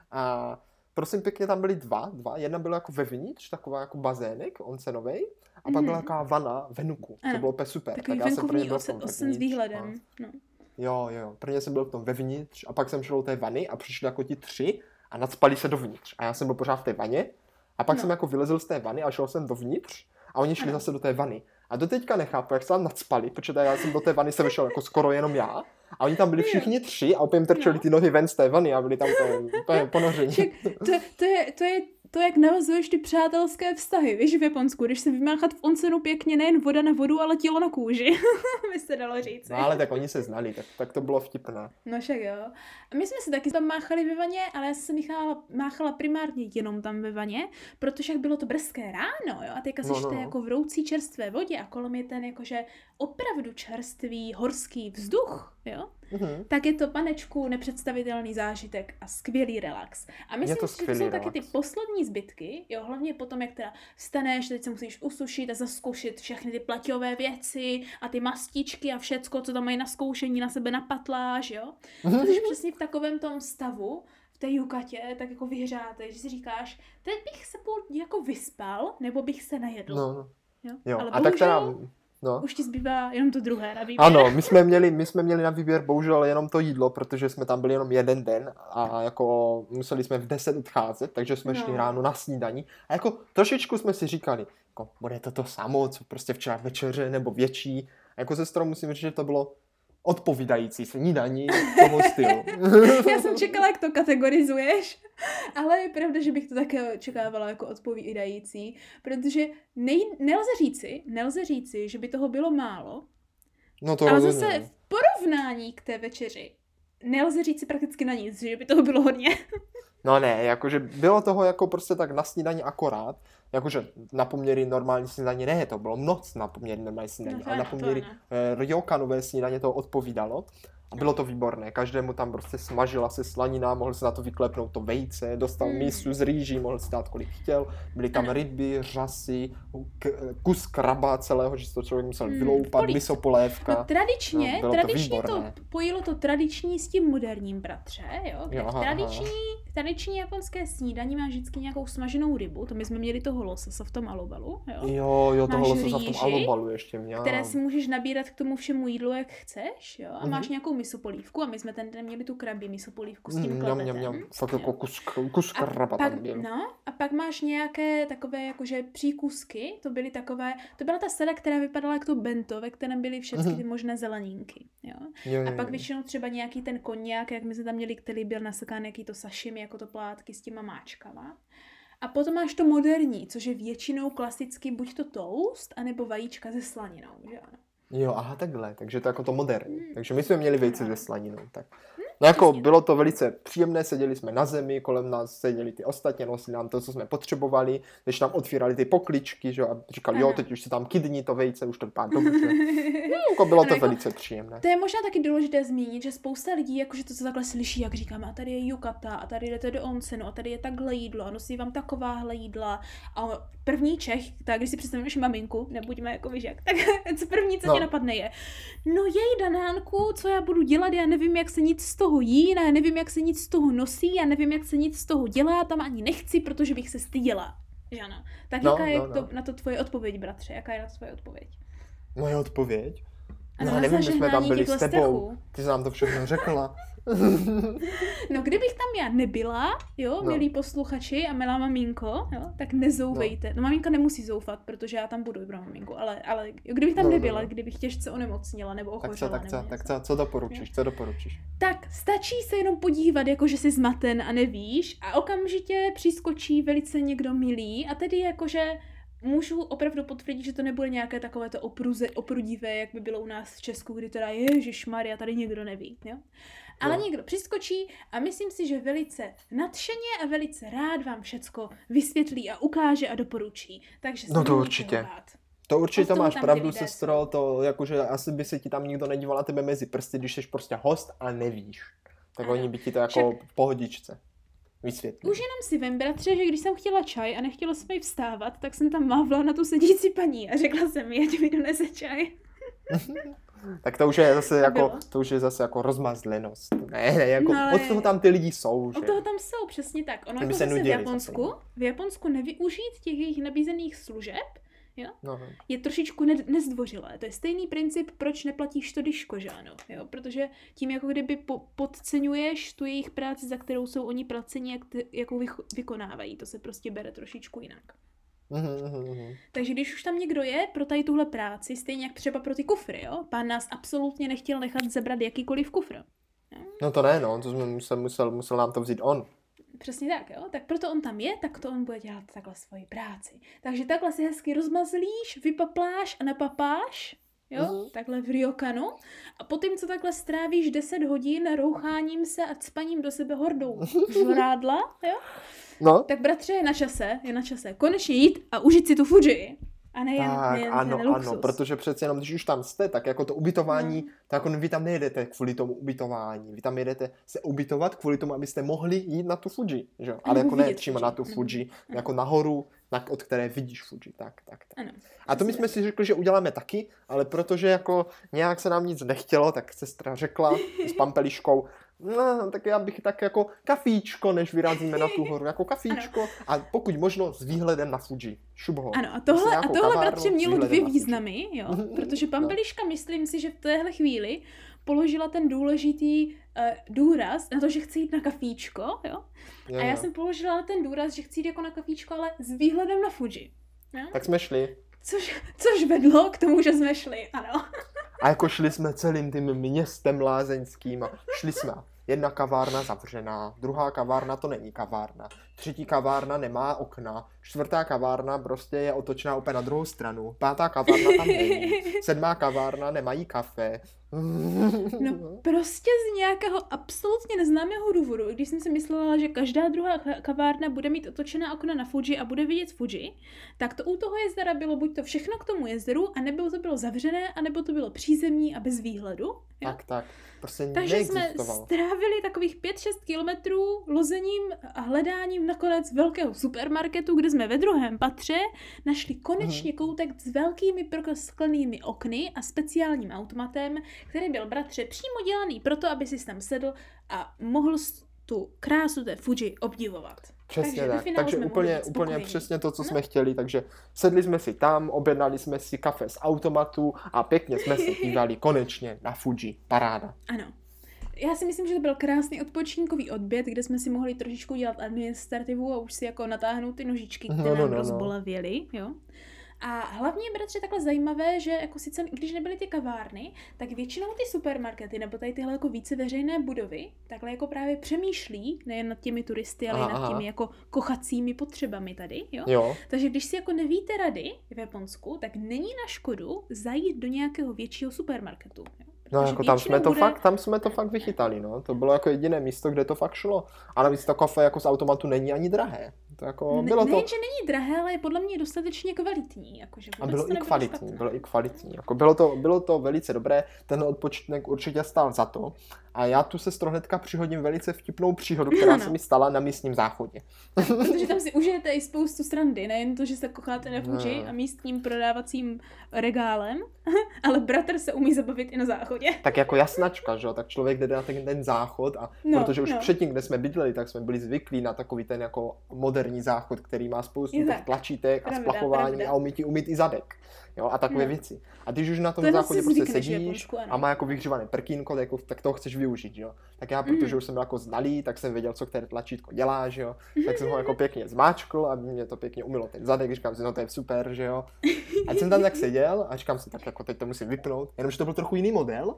A prosím pěkně, tam byly dva, dva, jedna byla jako vevnitř, taková jako bazének onsenovej, a pak byla Mhm. taková vana venuku, to Ano, bylo úplně super. Takový tak já jsem prvně venkovní byl v osen, tom osen s vevnitř, výhledem. a- No. Jo, jo, prvně jsem byl v tom vevnitř a pak jsem šel do té vany a přišli jako ti tři a nadspali se dovnitř. A já jsem byl pořád v té vaně a pak No. jsem jako vylezl z té vany a šel jsem dovnitř a oni šli Ano. zase do té vany. A doteďka nechápu, jak se tam nadspali, protože já jsem do té vany se vešel jako skoro jenom já a oni tam byli všichni tři a opět jim trčeli No. ty nohy ven z té vany a byli tam úplně, úplně ponoření. Však to, to, je, to je to, jak navazuješ ty přátelské vztahy, víš, v Japonsku, když se vymáchat v onsenu pěkně nejen voda na vodu, ale tělo na kůži, by se dalo říct. No ale tak oni se znali, tak, tak to bylo vtipné. No však jo. A my jsme se taky tam máchali ve vaně, ale já jsem máchala, máchala primárně jenom tam ve vaně, protože jak bylo to brzké ráno, jo, a teďka No, seš no, té no. jako vroucí čerstvé vodě a kolem je ten jakože opravdu čerstvý horský vzduch, jo, Mhm. tak je to, panečku, nepředstavitelný zážitek a skvělý relax. A myslím to si, že to skvělý jsou taky ty relax. poslední zbytky, jo, hlavně potom, jak teda vstaneš, teď se musíš usušit a zaskoušet všechny ty plaťové věci a ty mastičky a všecko, co tam mají na zkoušení, na sebe napatláš, jo. Protože přesně v takovém tom stavu, v té jukatě, tak jako vyhřáte, že si říkáš, teď bych se buď jako vyspal, nebo bych se najedl. No, no. Jo? Jo, Ale a tak teda, bohužel no. už ti zbývá jenom to druhé na výběr. Ano, my jsme, měli, my jsme měli na výběr bohužel jenom to jídlo, protože jsme tam byli jenom jeden den a jako museli jsme v deset odcházet, takže jsme No. šli ráno na snídaní a jako trošičku jsme si říkali, jako bude to to samo, co prostě včera večeře nebo větší. A jako sestrou musím říct, že to bylo odpovídající snídaní toho stylu. Já jsem čekala, jak to kategorizuješ, ale je pravda, že bych to také očekávala jako odpovídající, protože nej, nelze říci, nelze říci, že by toho bylo málo, No to ale rozhodně. zase v porovnání k té večeři nelze říci prakticky na nic, že by toho bylo hodně. No ne, jakože bylo toho jako prostě tak na snídaní akorát, jakože na poměry normální snídaně ne, to bylo moc na poměry normální snídaně, No to ale na ano, to poměry ano. eh, ryokanové snídaně to odpovídalo. A bylo to výborné, každému tam prostě smažila se slanina, mohl se na to vyklepnout to vejce, dostal Mm. mísu z rýží, mohl si dát kolik chtěl, byly tam Ano. ryby, řasy, k- kus kraba celého, že si to člověk musel Mm, vyloupat, polívka. miso polévka. No tradičně, No, bylo to tradičně to, výborné. pojilo to tradiční s tím moderním, bratře, jo? Kde Jo, v aha, tradiční, tradiční japonské snídani má vždycky nějakou smaženou rybu, to my jsme měli toho lososa v tom alobalu, jo? Jo, jo, toho Máš lososa v tom rýži, alobalu ještě měl. Které si můžeš nabírat k tomu všemu jídlu, jak chceš, jo? A Mhm. máš nějakou misopolívku a my jsme ten den měli tu krabi misopolívku s tím Mm, kotletem. mňam, mňam, mňam. Fakt jo. jako kus, kus A kraba pak, tam byl. no, a pak máš nějaké takové jakože příkusky, to byly takové, to byla ta sada, která vypadala jako to bento, ve kterém byly všechny ty Mhm. možné zeleninky, jo. Jo, A jo, pak jo. většinou třeba nějaký ten koněk, jak my jsme tam měli, který byl nasekán, jaký to sashimi, jako to plátky s těma máčkama. A potom máš to moderní, což je většinou klasicky buď to toast, anebo vajíčka se slaninou, že ano. Jo, aha, takhle, takže to jako to moderní. Hmm. Takže my jsme měli vejce No. se slaninou, tak. No jako přesně. bylo to velice příjemné, seděli jsme na zemi, kolem nás seděli ty ostatní, nosili nám to, co jsme potřebovali, když nám otvírali ty pokličky, že jo, a říkali, jo, Ano. teď už si tam kydni to vejce, už to vypadá dobře. No, jako bylo Ano, to jako- velice příjemné. To je možná taky důležité zmínit, že spousta lidí jakože to se takhle slyší, jak říkáme, a tady je yukata, a tady jdete do onsenu, a tady je takhle jídlo, a nosí vám takováhle jídla. A první Čech, tak když si představíme naši maminku, nebuďme jako vyžak, tak co první, co No. tě napadne je, no jej Danánku, co já budu dělat, já nevím, jak se nic z toho jí, já nevím, jak se nic z toho nosí, já nevím, jak se nic z toho dělá, tam ani nechci, protože bych se styděla. Že ano? Tak No, jaká je no, no. to, na to tvoje odpověď, bratře? Jaká je na to tvoje odpověď? Moje odpověď? Ano, Já na nevím, my jsme tam zažehnání byli s těchto tebou, strachů. ty jsi nám to všechno řekla. No, kdybych tam já nebyla, jo, No. milí posluchači a milá maminko, jo, tak nezouvejte. No, maminka nemusí zoufat, protože já tam budu pro maminku, ale, ale jo, kdybych tam No, no, nebyla, no. kdybych těžce onemocnila nebo Tak co, ochořela tak nebo co, něco. tak co, co doporučíš, co doporučíš? Tak stačí se jenom podívat, jako že jsi zmaten a nevíš a okamžitě přiskočí velice někdo milý a tedy jakože můžu opravdu potvrdit, že to nebude nějaké takové to opruze, oprudivé, jak by bylo u nás v Česku, kdy teda ježišmarja, tady někdo neví, jo? Ale Jo. někdo přiskočí a myslím si, že velice nadšeně a velice rád vám všecko vysvětlí a ukáže a doporučí. Takže se No to nemějte určitě. bát. To určitě Od toho máš tam ty pravdu, lidé sestro, to jakože asi by se ti tam nikdo nedíval na tebe mezi prsty, když jsi prostě host a nevíš. Tak Ano. oni by ti to jako v pohodičce vysvětlili. Už jenom si vem, bratře, že když jsem chtěla čaj a nechtěla jsem jí vstávat, tak jsem tam mávla na tu sedící paní a řekla jsem jí, ať mi donese čaj. Tak to už je zase A jako, bylo. to už je zase jako rozmazlenost. Ne, ne, jako No, ale- od toho tam ty lidi jsou, že? Od toho tam jsou, přesně tak. Ono Ty by jako se zase v nudili Japonsku, zase. v Japonsku nevyužít těch jejich nabízených služeb No, no. je trošičku ne- nezdvořilé. To je stejný princip, proč neplatíš to diško, že ano? Jo? Protože tím jako kdyby po- podceňuješ tu jejich práci, za kterou jsou oni placeni, jak ty, jakou vych- vykonávají. To se prostě bere trošičku jinak. Mhm, mhm, mhm. Takže když už tam někdo je pro tady tuhle práci, stejně jak třeba pro ty kufry, jo? Pán nás absolutně nechtěl nechat zebrat jakýkoliv kufr. No to ne, no, to jsme musel, musel, musel nám to vzít on. Přesně tak, jo? Tak proto on tam je, tak to on bude dělat takhle svoji práci. Takže takhle si hezky rozmazlíš, vypapláš a napapáš, jo? Mhm. Takhle v ryokanu. A potom, co takhle strávíš deset hodin roucháním se a cpaním do sebe hordou žrádla, jo? No, Tak bratře, je na čase, je na čase konečně jít a užít si tu Fuji. A nejen, tak, nejen ano, ten luxus. ano, protože přece jenom, když už tam jste, tak jako to ubytování, no. tak jako vy tam nejedete kvůli tomu ubytování, vy tam jedete se ubytovat kvůli tomu, abyste mohli jít na tu Fuji, že jo, ale jako ne vidět přímo Fuji. na tu Ano. Fuji, jako nahoru, na, od které vidíš Fuji, tak, tak, tak. Ano. A to my jsme si řekli, že uděláme taky, ale protože jako nějak se nám nic nechtělo, tak sestra řekla s pampeliškou, no, tak já bych tak jako kafíčko, než vyrazíme na tu horu, jako kafíčko a pokud možno s výhledem na Fuji. Šup ho. Ano, a Prostě tohle, a nějakou tohle kavárnu bratře s mělo výhledem dvě na Fuji. významy, jo, Mhm, protože no. Pampeliška, myslím si, že v téhle chvíli položila ten důležitý uh, důraz na to, že chce jít na kafíčko, jo, Jo, a já jo. jsem položila na ten důraz, že chci jít jako na kafíčko, ale s výhledem na Fuji, jo? Tak jsme šli. Což, což vedlo k tomu, že jsme šli, ano. A jako šli jsme celým tím městem lázeňským a šli jsme. Jedna kavárna zavřená, druhá kavárna to není kavárna, třetí kavárna nemá okna, čtvrtá kavárna prostě je otočená úplně na druhou stranu, pátá kavárna tam není, sedmá kavárna nemají kafe. No prostě z nějakého absolutně neznámého důvodu, když jsem si myslela, že každá druhá kavárna bude mít otočená okna na Fuji a bude vidět Fuji, tak to u toho jezera bylo buď to všechno k tomu jezeru, anebo to bylo zavřené, anebo to bylo přízemní a bez výhledu. Jo? Tak, tak. Prostě Takže jsme strávili takových pět šest kilometrů lozením a hledáním nakonec velkého supermarketu, kde jsme ve druhém patře našli konečně koutek s velkými prosklenými okny a speciálním automatem, který byl, bratře, přímo dělaný proto, aby si tam sedl a mohl tu krásu té Fuji obdivovat. Přesně takže tak, takže úplně, úplně přesně to, co no. jsme chtěli, takže sedli jsme si tam, objednali jsme si kafe z automatu a pěkně jsme se dívali konečně na Fuji, paráda. Ano. Já si myslím, že to byl krásný odpočinkový odběr, kde jsme si mohli trošičku dělat administrativu a už si jako natáhnout ty nožičky, které no, no, nám no, rozbolavěly, jo. A hlavně je, bratře, takhle zajímavé, že jako sice, když nebyly ty kavárny, tak většinou ty supermarkety nebo tady tyhle jako více veřejné budovy takhle jako právě přemýšlí nejen nad těmi turisty, ale i nad těmi jako kochacími potřebami tady, jo? jo. Takže když si jako nevíte rady v Japonsku, tak není na škodu zajít do nějakého většího supermarketu, jo? No jako tam jsme, to bude... fakt, tam jsme to fakt vychytali, no. To bylo jako jediné místo, kde to fakt šlo. A navíc to kafe jako z automatu není ani drahé. To jako ne, bylo ne, to... že není drahé, ale je podle mě dostatečně kvalitní. Jakože a bylo i kvalitní, špatné. bylo i kvalitní. Jako bylo, to, bylo to velice dobré, ten odpočinek určitě stál za to. A já tu se hnedka přihodím velice vtipnou příhodu, která no. se mi stala na místním záchodě. Protože tam si užijete i spoustu srandy, nejen to, že se kocháte na Fuji no. a místním prodávacím regálem, ale bratr se umí zabavit i na záchodě. Tak jako jasnačka, že jo, tak člověk jde na ten, ten záchod a no, protože už no. předtím, kde jsme bydleli, tak jsme byli zvyklí na takový ten jako moderní záchod, který má spoustu těch tlačítek a pravda, splachování pravda. a umytí umyt i zadek. Jo, a takové no. věci. A když už na tom to záchodě prostě sedíš Japonsku, a má jako vyhřívané prkínko, tak, jako, tak toho chceš využít, jo. Tak já, protože mm. už jsem byl jako znalý, tak jsem věděl, co které tlačítko dělá, že jo. Tak jsem ho jako pěkně zmáčkl a mě to pěkně umylo ten zadek, říkám si, no to je super, že jo. A jsem tam tak seděl a říkám si, tak jako teď to musím vypnout, jenomže to byl trochu jiný model.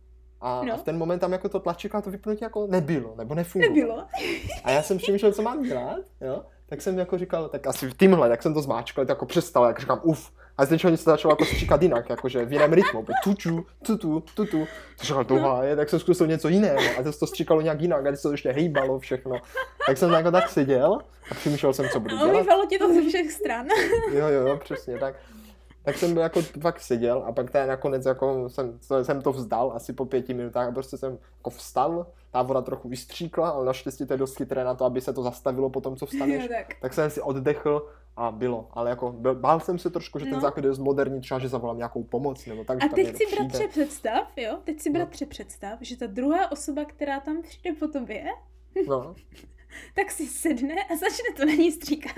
A, no. a v ten moment tam jako to tlačítko a to vypnutí jako nebylo, nebo nefungovalo. Nebylo. A já jsem přemýšlel, co mám dělat, jo. Tak jsem jako říkal, tak asi v tímhle, tak jsem to zmáčkl, tak jako přestal, jak říkám, uf. A z něčeho se začalo jako stříkat jinak, jakože v jiném rytmu, tutu, tutu, tutu. To říkal, tohle je, tak jsem zkusil něco jiného a to se to stříkalo nějak jinak a teď se to ještě hýbalo všechno. Tak jsem jako tak seděl a přemýšlel jsem, co budu dělat. A umývalo ti to ze všech stran. Jo, jo, jo, přesně tak. Tak jsem jako fakt seděl a pak tady nakonec jako jsem, jsem to vzdal asi po pěti minutách a prostě jsem jako vstal, ta voda trochu vystříkla, ale naštěstí to je dost chytré na to, aby se to zastavilo po tom, co vstaneš. Jo, tak. tak jsem si oddechl a bylo, ale jako bál jsem se trošku, že ten no. záchod je dost moderní, třeba, že zavolám nějakou pomoc nebo tak. A teď si bratře představ, jo, teď si bratře no. představ, že ta druhá osoba, která tam přijde po tobě, no. tak si sedne a začne to na ní stříkat.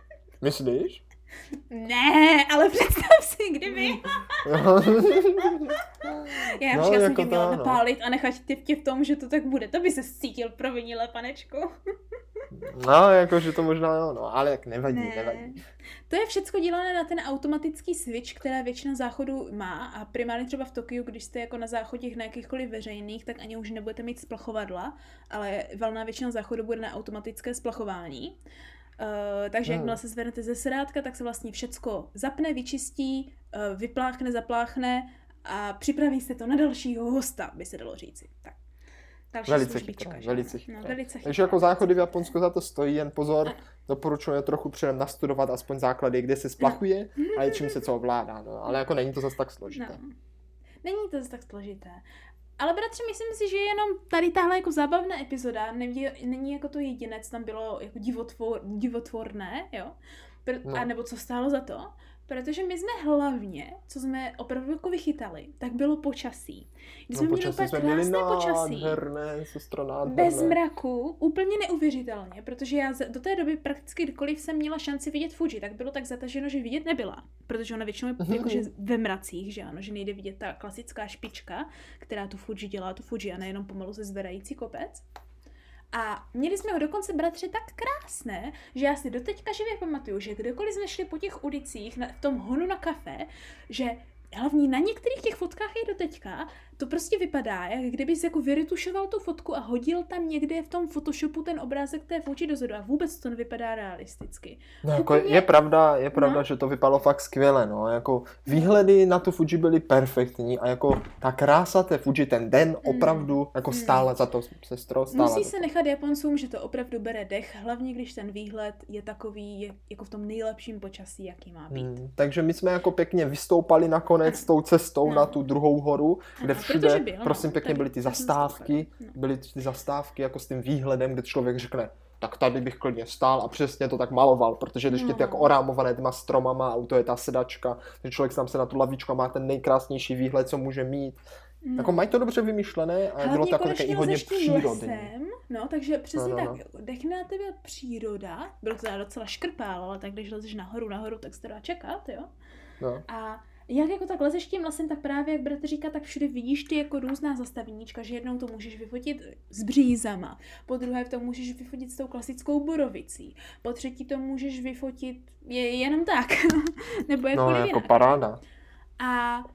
Myslíš? Ne, ale představ si, kdyby. Já no, jako jsem tě měla napálit a nechat tě, tě v tom, že to tak bude. To by se cítil provinile, panečku. No, jakože to možná jo, no, ale jak nevadí, ne. nevadí. To je všecko dělané na ten automatický switch, která většina záchodů má a primárně třeba v Tokiu, když jste jako na záchodích na jakýchkoliv veřejných, tak ani už nebudete mít splachovadla, ale valná většina záchodů bude na automatické splachování. Uh, takže hmm. jakmile se zvednete ze sedátka, tak se vlastně všecko zapne, vyčistí, uh, vypláchne, zapláchne a připraví se to na dalšího hosta, by se dalo říci. Tak. Další velice chytré, velice chytré. No, velice chytré. Takže jako záchody v Japonsku za to stojí, jen pozor, doporučuji trochu předem nastudovat aspoň základy, kde se splachuje no. a je čím se co ovládá, no. Ale jako není to zase tak složité. No. Není to zase tak složité. Ale bratře, myslím si, že jenom tady tahle jako zábavná epizoda není, není jako to jediné, co tam bylo jako divotvor, divotvorné, jo? Pr- no. A nebo co stálo za to. Protože my jsme hlavně, co jsme opravdu jako vychytali, tak bylo počasí. Když no, jsme měli úplně krásné počasí, nádherné, sestro, nádherné. bez mraku, úplně neuvěřitelně, protože já do té doby prakticky kdykoliv jsem měla šanci vidět Fuji, tak bylo tak zataženo, že vidět nebyla. Protože ona většinou je jakože ve mracích, že ano, že nejde vidět ta klasická špička, která tu Fuji dělá, tu Fuji a nejenom pomalu se zvedající kopec. A měli jsme ho dokonce, bratře, tak krásné, že já si doteďka živě pamatuju, že kdokoliv jsme šli po těch ulicích na, v tom honu na kafe, že hlavně na některých těch fotkách je doteďka, to prostě vypadá, jak kdybys jako vyretušoval tu fotku a hodil tam někde v tom Photoshopu ten obrázek té Fuji dozadu a vůbec to nevypadá realisticky. No jako je pravda, je pravda, no. že to vypadalo fakt skvěle, no, jako výhledy na tu Fuji byly perfektní a jako ta krása té Fuji ten den opravdu mm. jako stála mm. za to, sestro, stála. Musí se nechat Japoncům, že to opravdu bere dech, hlavně když ten výhled je takový, je jako v tom nejlepším počasí, jaký má být. Mm. Takže my jsme jako pěkně vystoupali nakonec s tou cestou no. na tu druhou horu, kde ano, všude, bylo, prosím no, pěkně, byly ty zastávky, no. byly ty zastávky jako s tím výhledem, kde člověk řekne, tak tady bych klidně stál a přesně to tak maloval, protože když no. je to jako orámované těma stromama a u toho je ta sedačka, že člověk tam se na tu lavičku a má ten nejkrásnější výhled, co může mít. No. Jako mají to dobře vymyšlené a bylo to také i hodně přírodní. Lesem, no, takže přesně no, no, tak, no. dechne na tebe příroda, bylo to teda docela škrpál, ale tak když lezeš nahoru, nahoru, tak se to dá čekat, jo. No. A jak jako tak lezeš tím lesem, tak právě, jak bratr říká, tak všude vidíš ty jako různá zastaveníčka, že jednou to můžeš vyfotit s břízama, po druhé to můžeš vyfotit s tou klasickou borovicí, po třetí to můžeš vyfotit je, jenom tak, nebo jako no, jako jinak. Paráda. A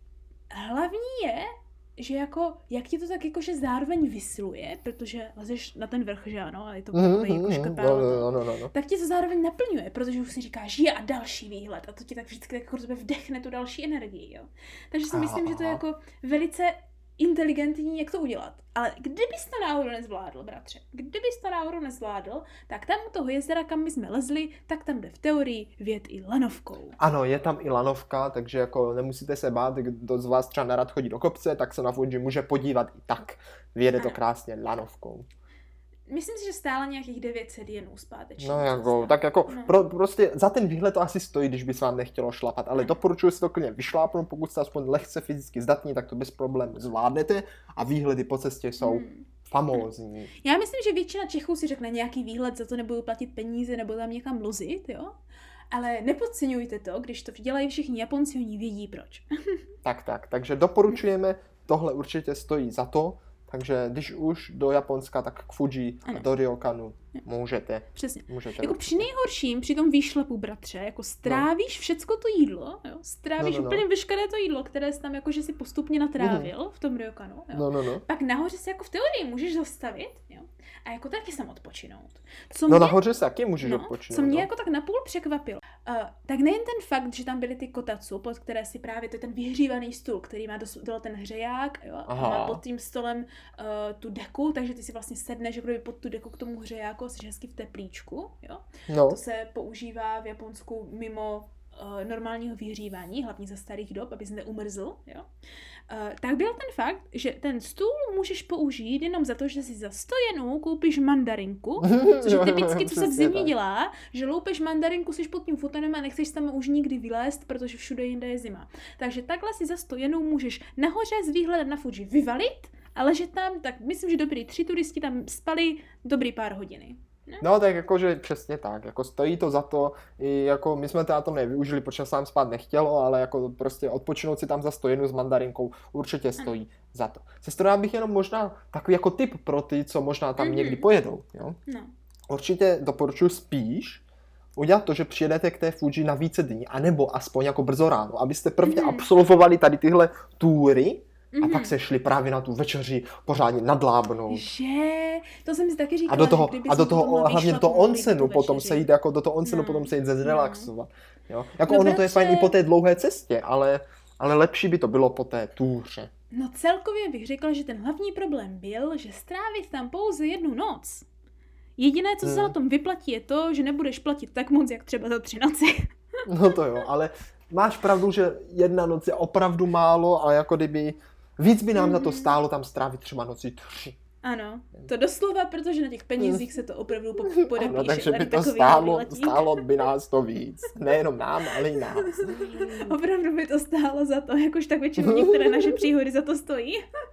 hlavní je, že jako, jak ti to tak jakože zároveň vysiluje, protože lezeš na ten vrch, že ano, a je to takový mm, jako škrpál, no, no, no, no. tak ti to zároveň naplňuje, protože už si říkáš, je a další výhled a to ti tak vždycky tak jako tebe vdechne tu další energii, jo. Takže si myslím, aha, že to je jako velice inteligentní, jak to udělat. Ale kdybys to náhodou nezvládl, bratře, kdybys to náhodou nezvládl, tak tam u toho jezera, kam my jsme lezli, tak tam jde v teorii vjet i lanovkou. Ano, je tam i lanovka, takže jako nemusíte se bát, kdo z vás třeba nerad chodí do kopce, tak se na Fuji může podívat i tak. Vyjede to krásně lanovkou. Myslím si, že stála nějakých devět set jenů zpátečně. No jako, tak jako, no. pro, prostě za ten výhled to asi stojí, když by se vám nechtělo šlapat, ale no. doporučuji si to klidně vyšlápnout, pokud jste aspoň lehce fyzicky zdatní, tak to bez problémů zvládnete a výhledy po cestě jsou hmm. famózní. Já myslím, že většina Čechů si řekne nějaký výhled, za to nebudu platit peníze nebo tam někam lozit, jo? Ale nepodceňujte to, když to dělají všichni Japonci, oni vědí proč. tak, tak, takže doporučujeme, tohle určitě stojí za to. Takže když už do Japonska, tak k Fuji a do Ryokanu můžete. Přesně. Můžete jako při nejhorším, při tom výšlepu, bratře, jako strávíš no. všecko to jídlo, jo? Strávíš no, no, no. úplně veškeré to jídlo, které jsi tam jakože si postupně natrávil mm. v tom Ryokanu, jo? No, no, no. Pak nahoře si jako v teorii můžeš zastavit, jo? A jako taky sam odpočinout. Co no mě, nahoře se taky můžeš no, odpočinout. Co mě no. jako tak napůl překvapilo, uh, tak nejen ten fakt, že tam byly ty kotatsu, pod které si právě, to je ten vyhřívaný stůl, který má dole ten hřeják, jo? A má pod tím stolem uh, tu deku, takže ty si vlastně sedneš jako pod tu deku k tomu hřejáku a jsi hezky v teplíčku, jo? No. To se používá v Japonsku mimo uh, normálního vyhřívání, hlavně za starých dob, abys neumrzl, jo? Uh, tak byl ten fakt, že ten stůl můžeš použít jenom za to, že si za sto jenů koupíš mandarinku, což je typicky, co se v zimě dělá, že loupeš mandarinku, jsi pod tím futonem a nechceš tam už nikdy vylézt, protože všude jinde je zima. Takže takhle si za sto jenů můžeš nahoře s výhledem na Fuji vyvalit, ale že tam, tak myslím, že dobrý tři turisti tam spali dobrý pár hodiny. Ne? No tak jakože přesně tak, jako stojí to za to, i jako my jsme teda to nevyužili, protože sám spát nechtělo, ale jako prostě odpočinout si tam za sto jenů s mandarinkou určitě stojí ano. za to. Sestro, já bych jenom možná takový jako tip pro ty, co možná tam mm-hmm. někdy pojedou, jo? No. Určitě doporučuji spíš udělat to, že přijedete k té Fuji na více dní, anebo aspoň jako brzo ráno, abyste prvně mm-hmm. absolvovali tady tyhle túry, a mm-hmm. pak se šli právě na tu večeři pořádně nadlábnout. Že? To jsem si taky říkala. A do toho, že a do toho hlavně do toho onsenu, potom večeři. se jít jako do toho onsenu, no. potom se jít zrelaxovat. Jo? Jako no, ono bratře... to je fajn i po té dlouhé cestě, ale, ale lepší by to bylo po té túře. No celkově bych řekla, že ten hlavní problém byl, že strávit tam pouze jednu noc. Jediné, co hmm. se na tom vyplatí, je to, že nebudeš platit tak moc, jak třeba za tři noci. No to jo, ale máš pravdu, že jedna noc je opravdu málo a jako kdyby víc by nám mm-hmm. za to stálo tam strávit třeba noci tři. Ano, to doslova, protože na těch penězích se to opravdu podepíše. No, takže by to stálo, stálo by nás to víc. Nejenom nám, ale i nás. Opravdu by to stálo za to, jakož tak většinou některé naše příhody za to stojí.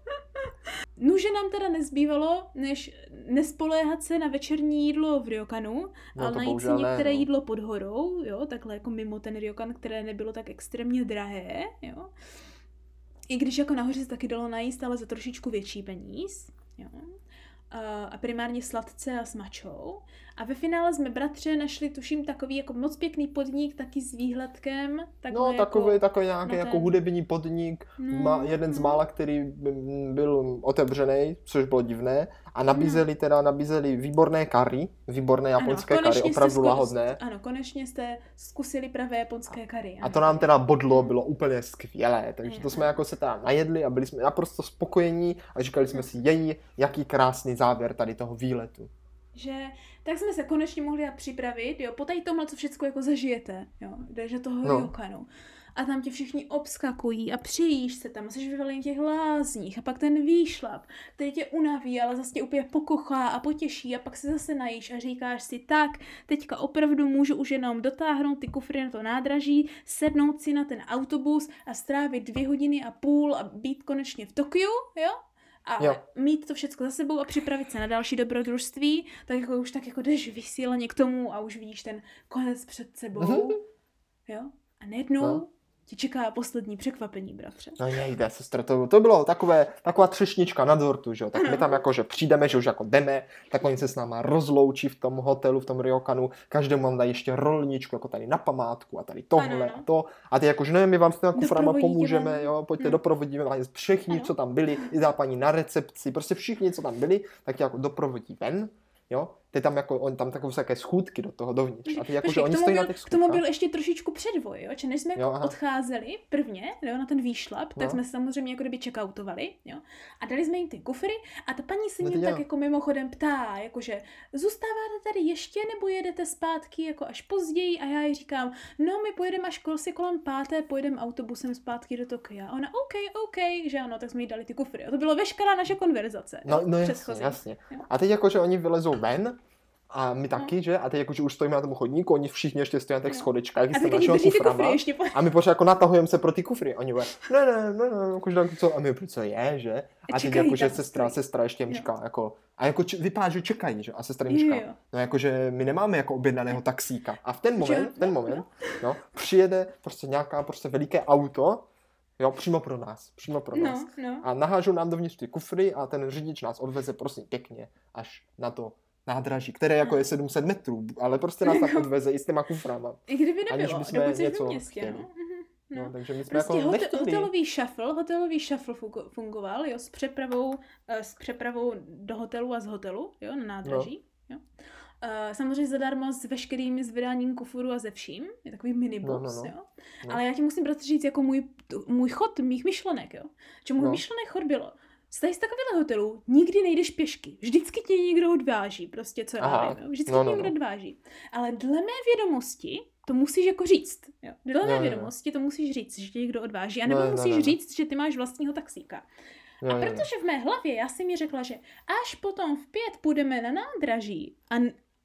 Nuže nám teda nezbývalo, než nespoléhat se na večerní jídlo v Ryokanu, no, ale najít si některé ne, no. jídlo pod horou, jo, takhle jako mimo ten Ryokan, které nebylo tak extrémně drahé, jo. I když jako nahoře se taky dalo najíst, ale za trošičku větší peníz, jo. a primárně sladce a s mačou. A ve finále jsme bratře našli, tuším, takový jako moc pěkný podnik, taky s výhledkem. No, jako, takový, takový nějaký ten... jako hudební podnik, no, má, jeden z mála, který byl otevřený, což bylo divné. A nabízeli teda, nabízeli výborné curry, výborné japonské ano, curry, opravdu zku... lahodné. Ano, konečně jste zkusili pravé japonské curry. A to nám teda bodlo, bylo úplně skvělé, takže to jsme jako se teda najedli a byli jsme naprosto spokojení a říkali jsme si, jej, jaký krásný závěr tady toho výletu. Že tak jsme se konečně mohli připravit, jo, po tady tomhle, co všechno jako zažijete, jo, jdeš do toho no. ryokanu. A tam tě všichni obskakují a přijíš se tam, jsi vyvalený v těch lázních a pak ten výšlap, který tě unaví, ale zase tě úplně pokochá a potěší a pak se zase najíš a říkáš si tak, teďka opravdu můžu už jenom dotáhnout ty kufry na to nádraží, sednout si na ten autobus a strávit dvě hodiny a půl a být konečně v Tokiu, jo? A jo. mít to všechno za sebou a připravit se na další dobrodružství, tak jako už tak jako jdeš vysíleně k tomu a už vidíš ten konec před sebou, jo? A najednou no. ti čeká poslední překvapení, bratře. No nejde, sestro, to, to bylo takové, taková třešnička na dortu, že jo, tak ano. my tam jako, že přijdeme, že už jako jdeme, tak oni se s náma rozloučí v tom hotelu, v tom ryokanu, každému vám dají ještě rolničku, jako tady na památku a tady tohle ano, no. a to, a ty jako, že ne, my vám s těma kuframa pomůžeme, vám. jo, pojďte, no. doprovodíme vás, všichni, ano. co tam byli, i za paní na recepci, prostě všichni, co tam byli, tak tě jako doprovodí ven, jo. Ty tam jako, on tam takové také schůdky do toho dovnitř. A ty jako, Počkej, že oni stojí byl, na těch schůdkách. K tomu byl ještě trošičku předvoj, jo? Či než jsme jo, odcházeli prvně, jo, na ten výšlap, tak no. jsme samozřejmě jako kdyby checkoutovali, jo? A dali jsme jim ty kufry a ta paní se mě no tak jako mimochodem ptá, jakože zůstáváte tady ještě nebo jedete zpátky jako až později a já jí říkám, no my pojedeme až kolsi kolem páté, pojedeme autobusem zpátky do Tokia. A ona, OK, OK, že ano, tak jsme jí dali ty kufry. A to bylo veškerá naše konverzace. No, no jasně, jasně. A teď jako, že oni vylezou ven, a my taky, no. že? A teď jakože už stojíme na tom chodníku, oni všichni ještě stojí na těch no. schodičkách, a, kufry, a my pořád jako natahujeme se pro ty kufry. Oni bude, ne, ne, ne, ne, jakože tak co, a my co je, že? A teď jakože sestra, sestra ještě jim říká, jako, a jako č- vypadá, že čekají, že? A sestra jim říká, no jakože my nemáme jako objednaného taxíka. A v ten moment, v ten moment, no, přijede prostě nějaká prostě veliké auto, jo, přímo pro nás, přímo pro no, nás. No. A nahážou nám dovnitř ty kufry a ten řidič nás odveze prosím pěkně až na to nádraží, které jako je sedm set metrů, ale prostě nás tam odveze i s těma kuframa. I kdyby nebylo, dokud jsi v městě, no. No, takže my jsme prostě jako hotel, hotelový shuffle, hotelový shuffle fungoval, jo, s přepravou, s přepravou do hotelu a z hotelu, jo, na nádraží, no. jo. Uh, samozřejmě zadarmo s veškerým zvedáním kufru a ze vším, je takový minibus, no, no, no. jo. No. Ale já ti musím bratře říct jako můj, můj chod mých myšlenek, jo. Že můj no. myšlenek chod bylo, Stají z takového hotelu, nikdy nejdeš pěšky. Vždycky tě někdo odváží, prostě co já Aha, vím. Vždycky no, no, tě někdo odváží. Ale dle mé vědomosti to musíš jako říct. Jo. Dle mé no, vědomosti to musíš říct, že tě někdo odváží. A nebo no, musíš no, no. říct, že ty máš vlastního taxíka. No, a protože v mé hlavě já si mi řekla, že až potom v pět půjdeme na nádraží a,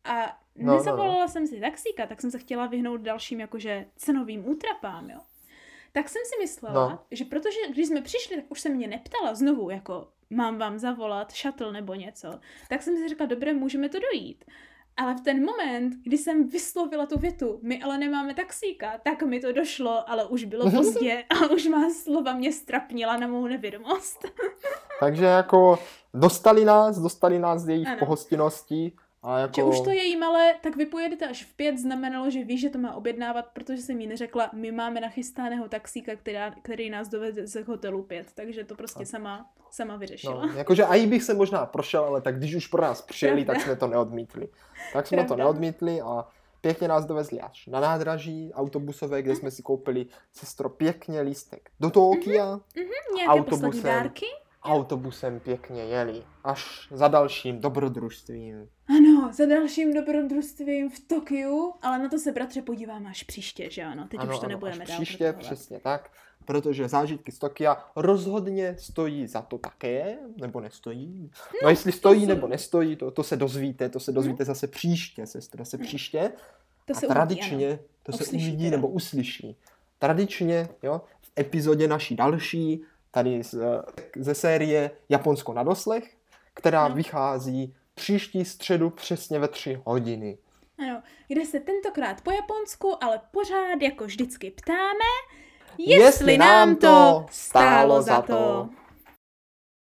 a no, nezavolala no, no. jsem si taxíka, tak jsem se chtěla vyhnout dalším jakože cenovým útrapám, jo. Tak jsem si myslela, no. že protože když jsme přišli, tak už se mě neptala znovu, jako mám vám zavolat shuttle nebo něco. Tak jsem si řekla, dobré, můžeme to dojít. Ale v ten moment, kdy jsem vyslovila tu větu, my ale nemáme taxíka, tak mi to došlo, ale už bylo pozdě a už má slova mě strapnila na mou nevědomost. Takže jako dostali nás, dostali nás z jejich ano. pohostinnosti. A jako... Že už to je jim, ale tak vy pojedete až v pět, znamenalo, že víš, že to má objednávat, protože jsem jí neřekla, my máme nachystáného taxíka, která, který nás dovede z hotelu pět, takže to prostě sama, sama vyřešila. No, jakože aj bych se možná prošel, ale tak když už pro nás přijeli, Pravda. tak jsme to neodmítli. Tak jsme Pravda. to neodmítli a pěkně nás dovezli až na nádraží autobusové, kde jsme si koupili, sestro, pěkně lístek do Tokia. Mm-hmm, nějaké poslední dárky. Autobusem pěkně jeli až za dalším dobrodružstvím. Ano, za dalším dobrodružstvím v Tokiu, ale na to se, bratře, podíváme až příště, že ano? Teď ano, už to ano, nebudeme dál příště, protahovat. Přesně tak, protože zážitky z Tokia rozhodně stojí za to také, nebo nestojí. No, no jestli stojí nebo nestojí, to, to se dozvíte, to se dozvíte no. zase příště, sestra, se příště. To se A tradičně uvidí, to se uvidí nebo uslyší. Tradičně, jo, v epizodě naší další, tady z, ze série Japonsko na doslech, která no. vychází příští středu přesně ve tři hodiny. Ano, kde se tentokrát po japonsku, ale pořád jako vždycky ptáme, jestli, jestli nám to stálo za to.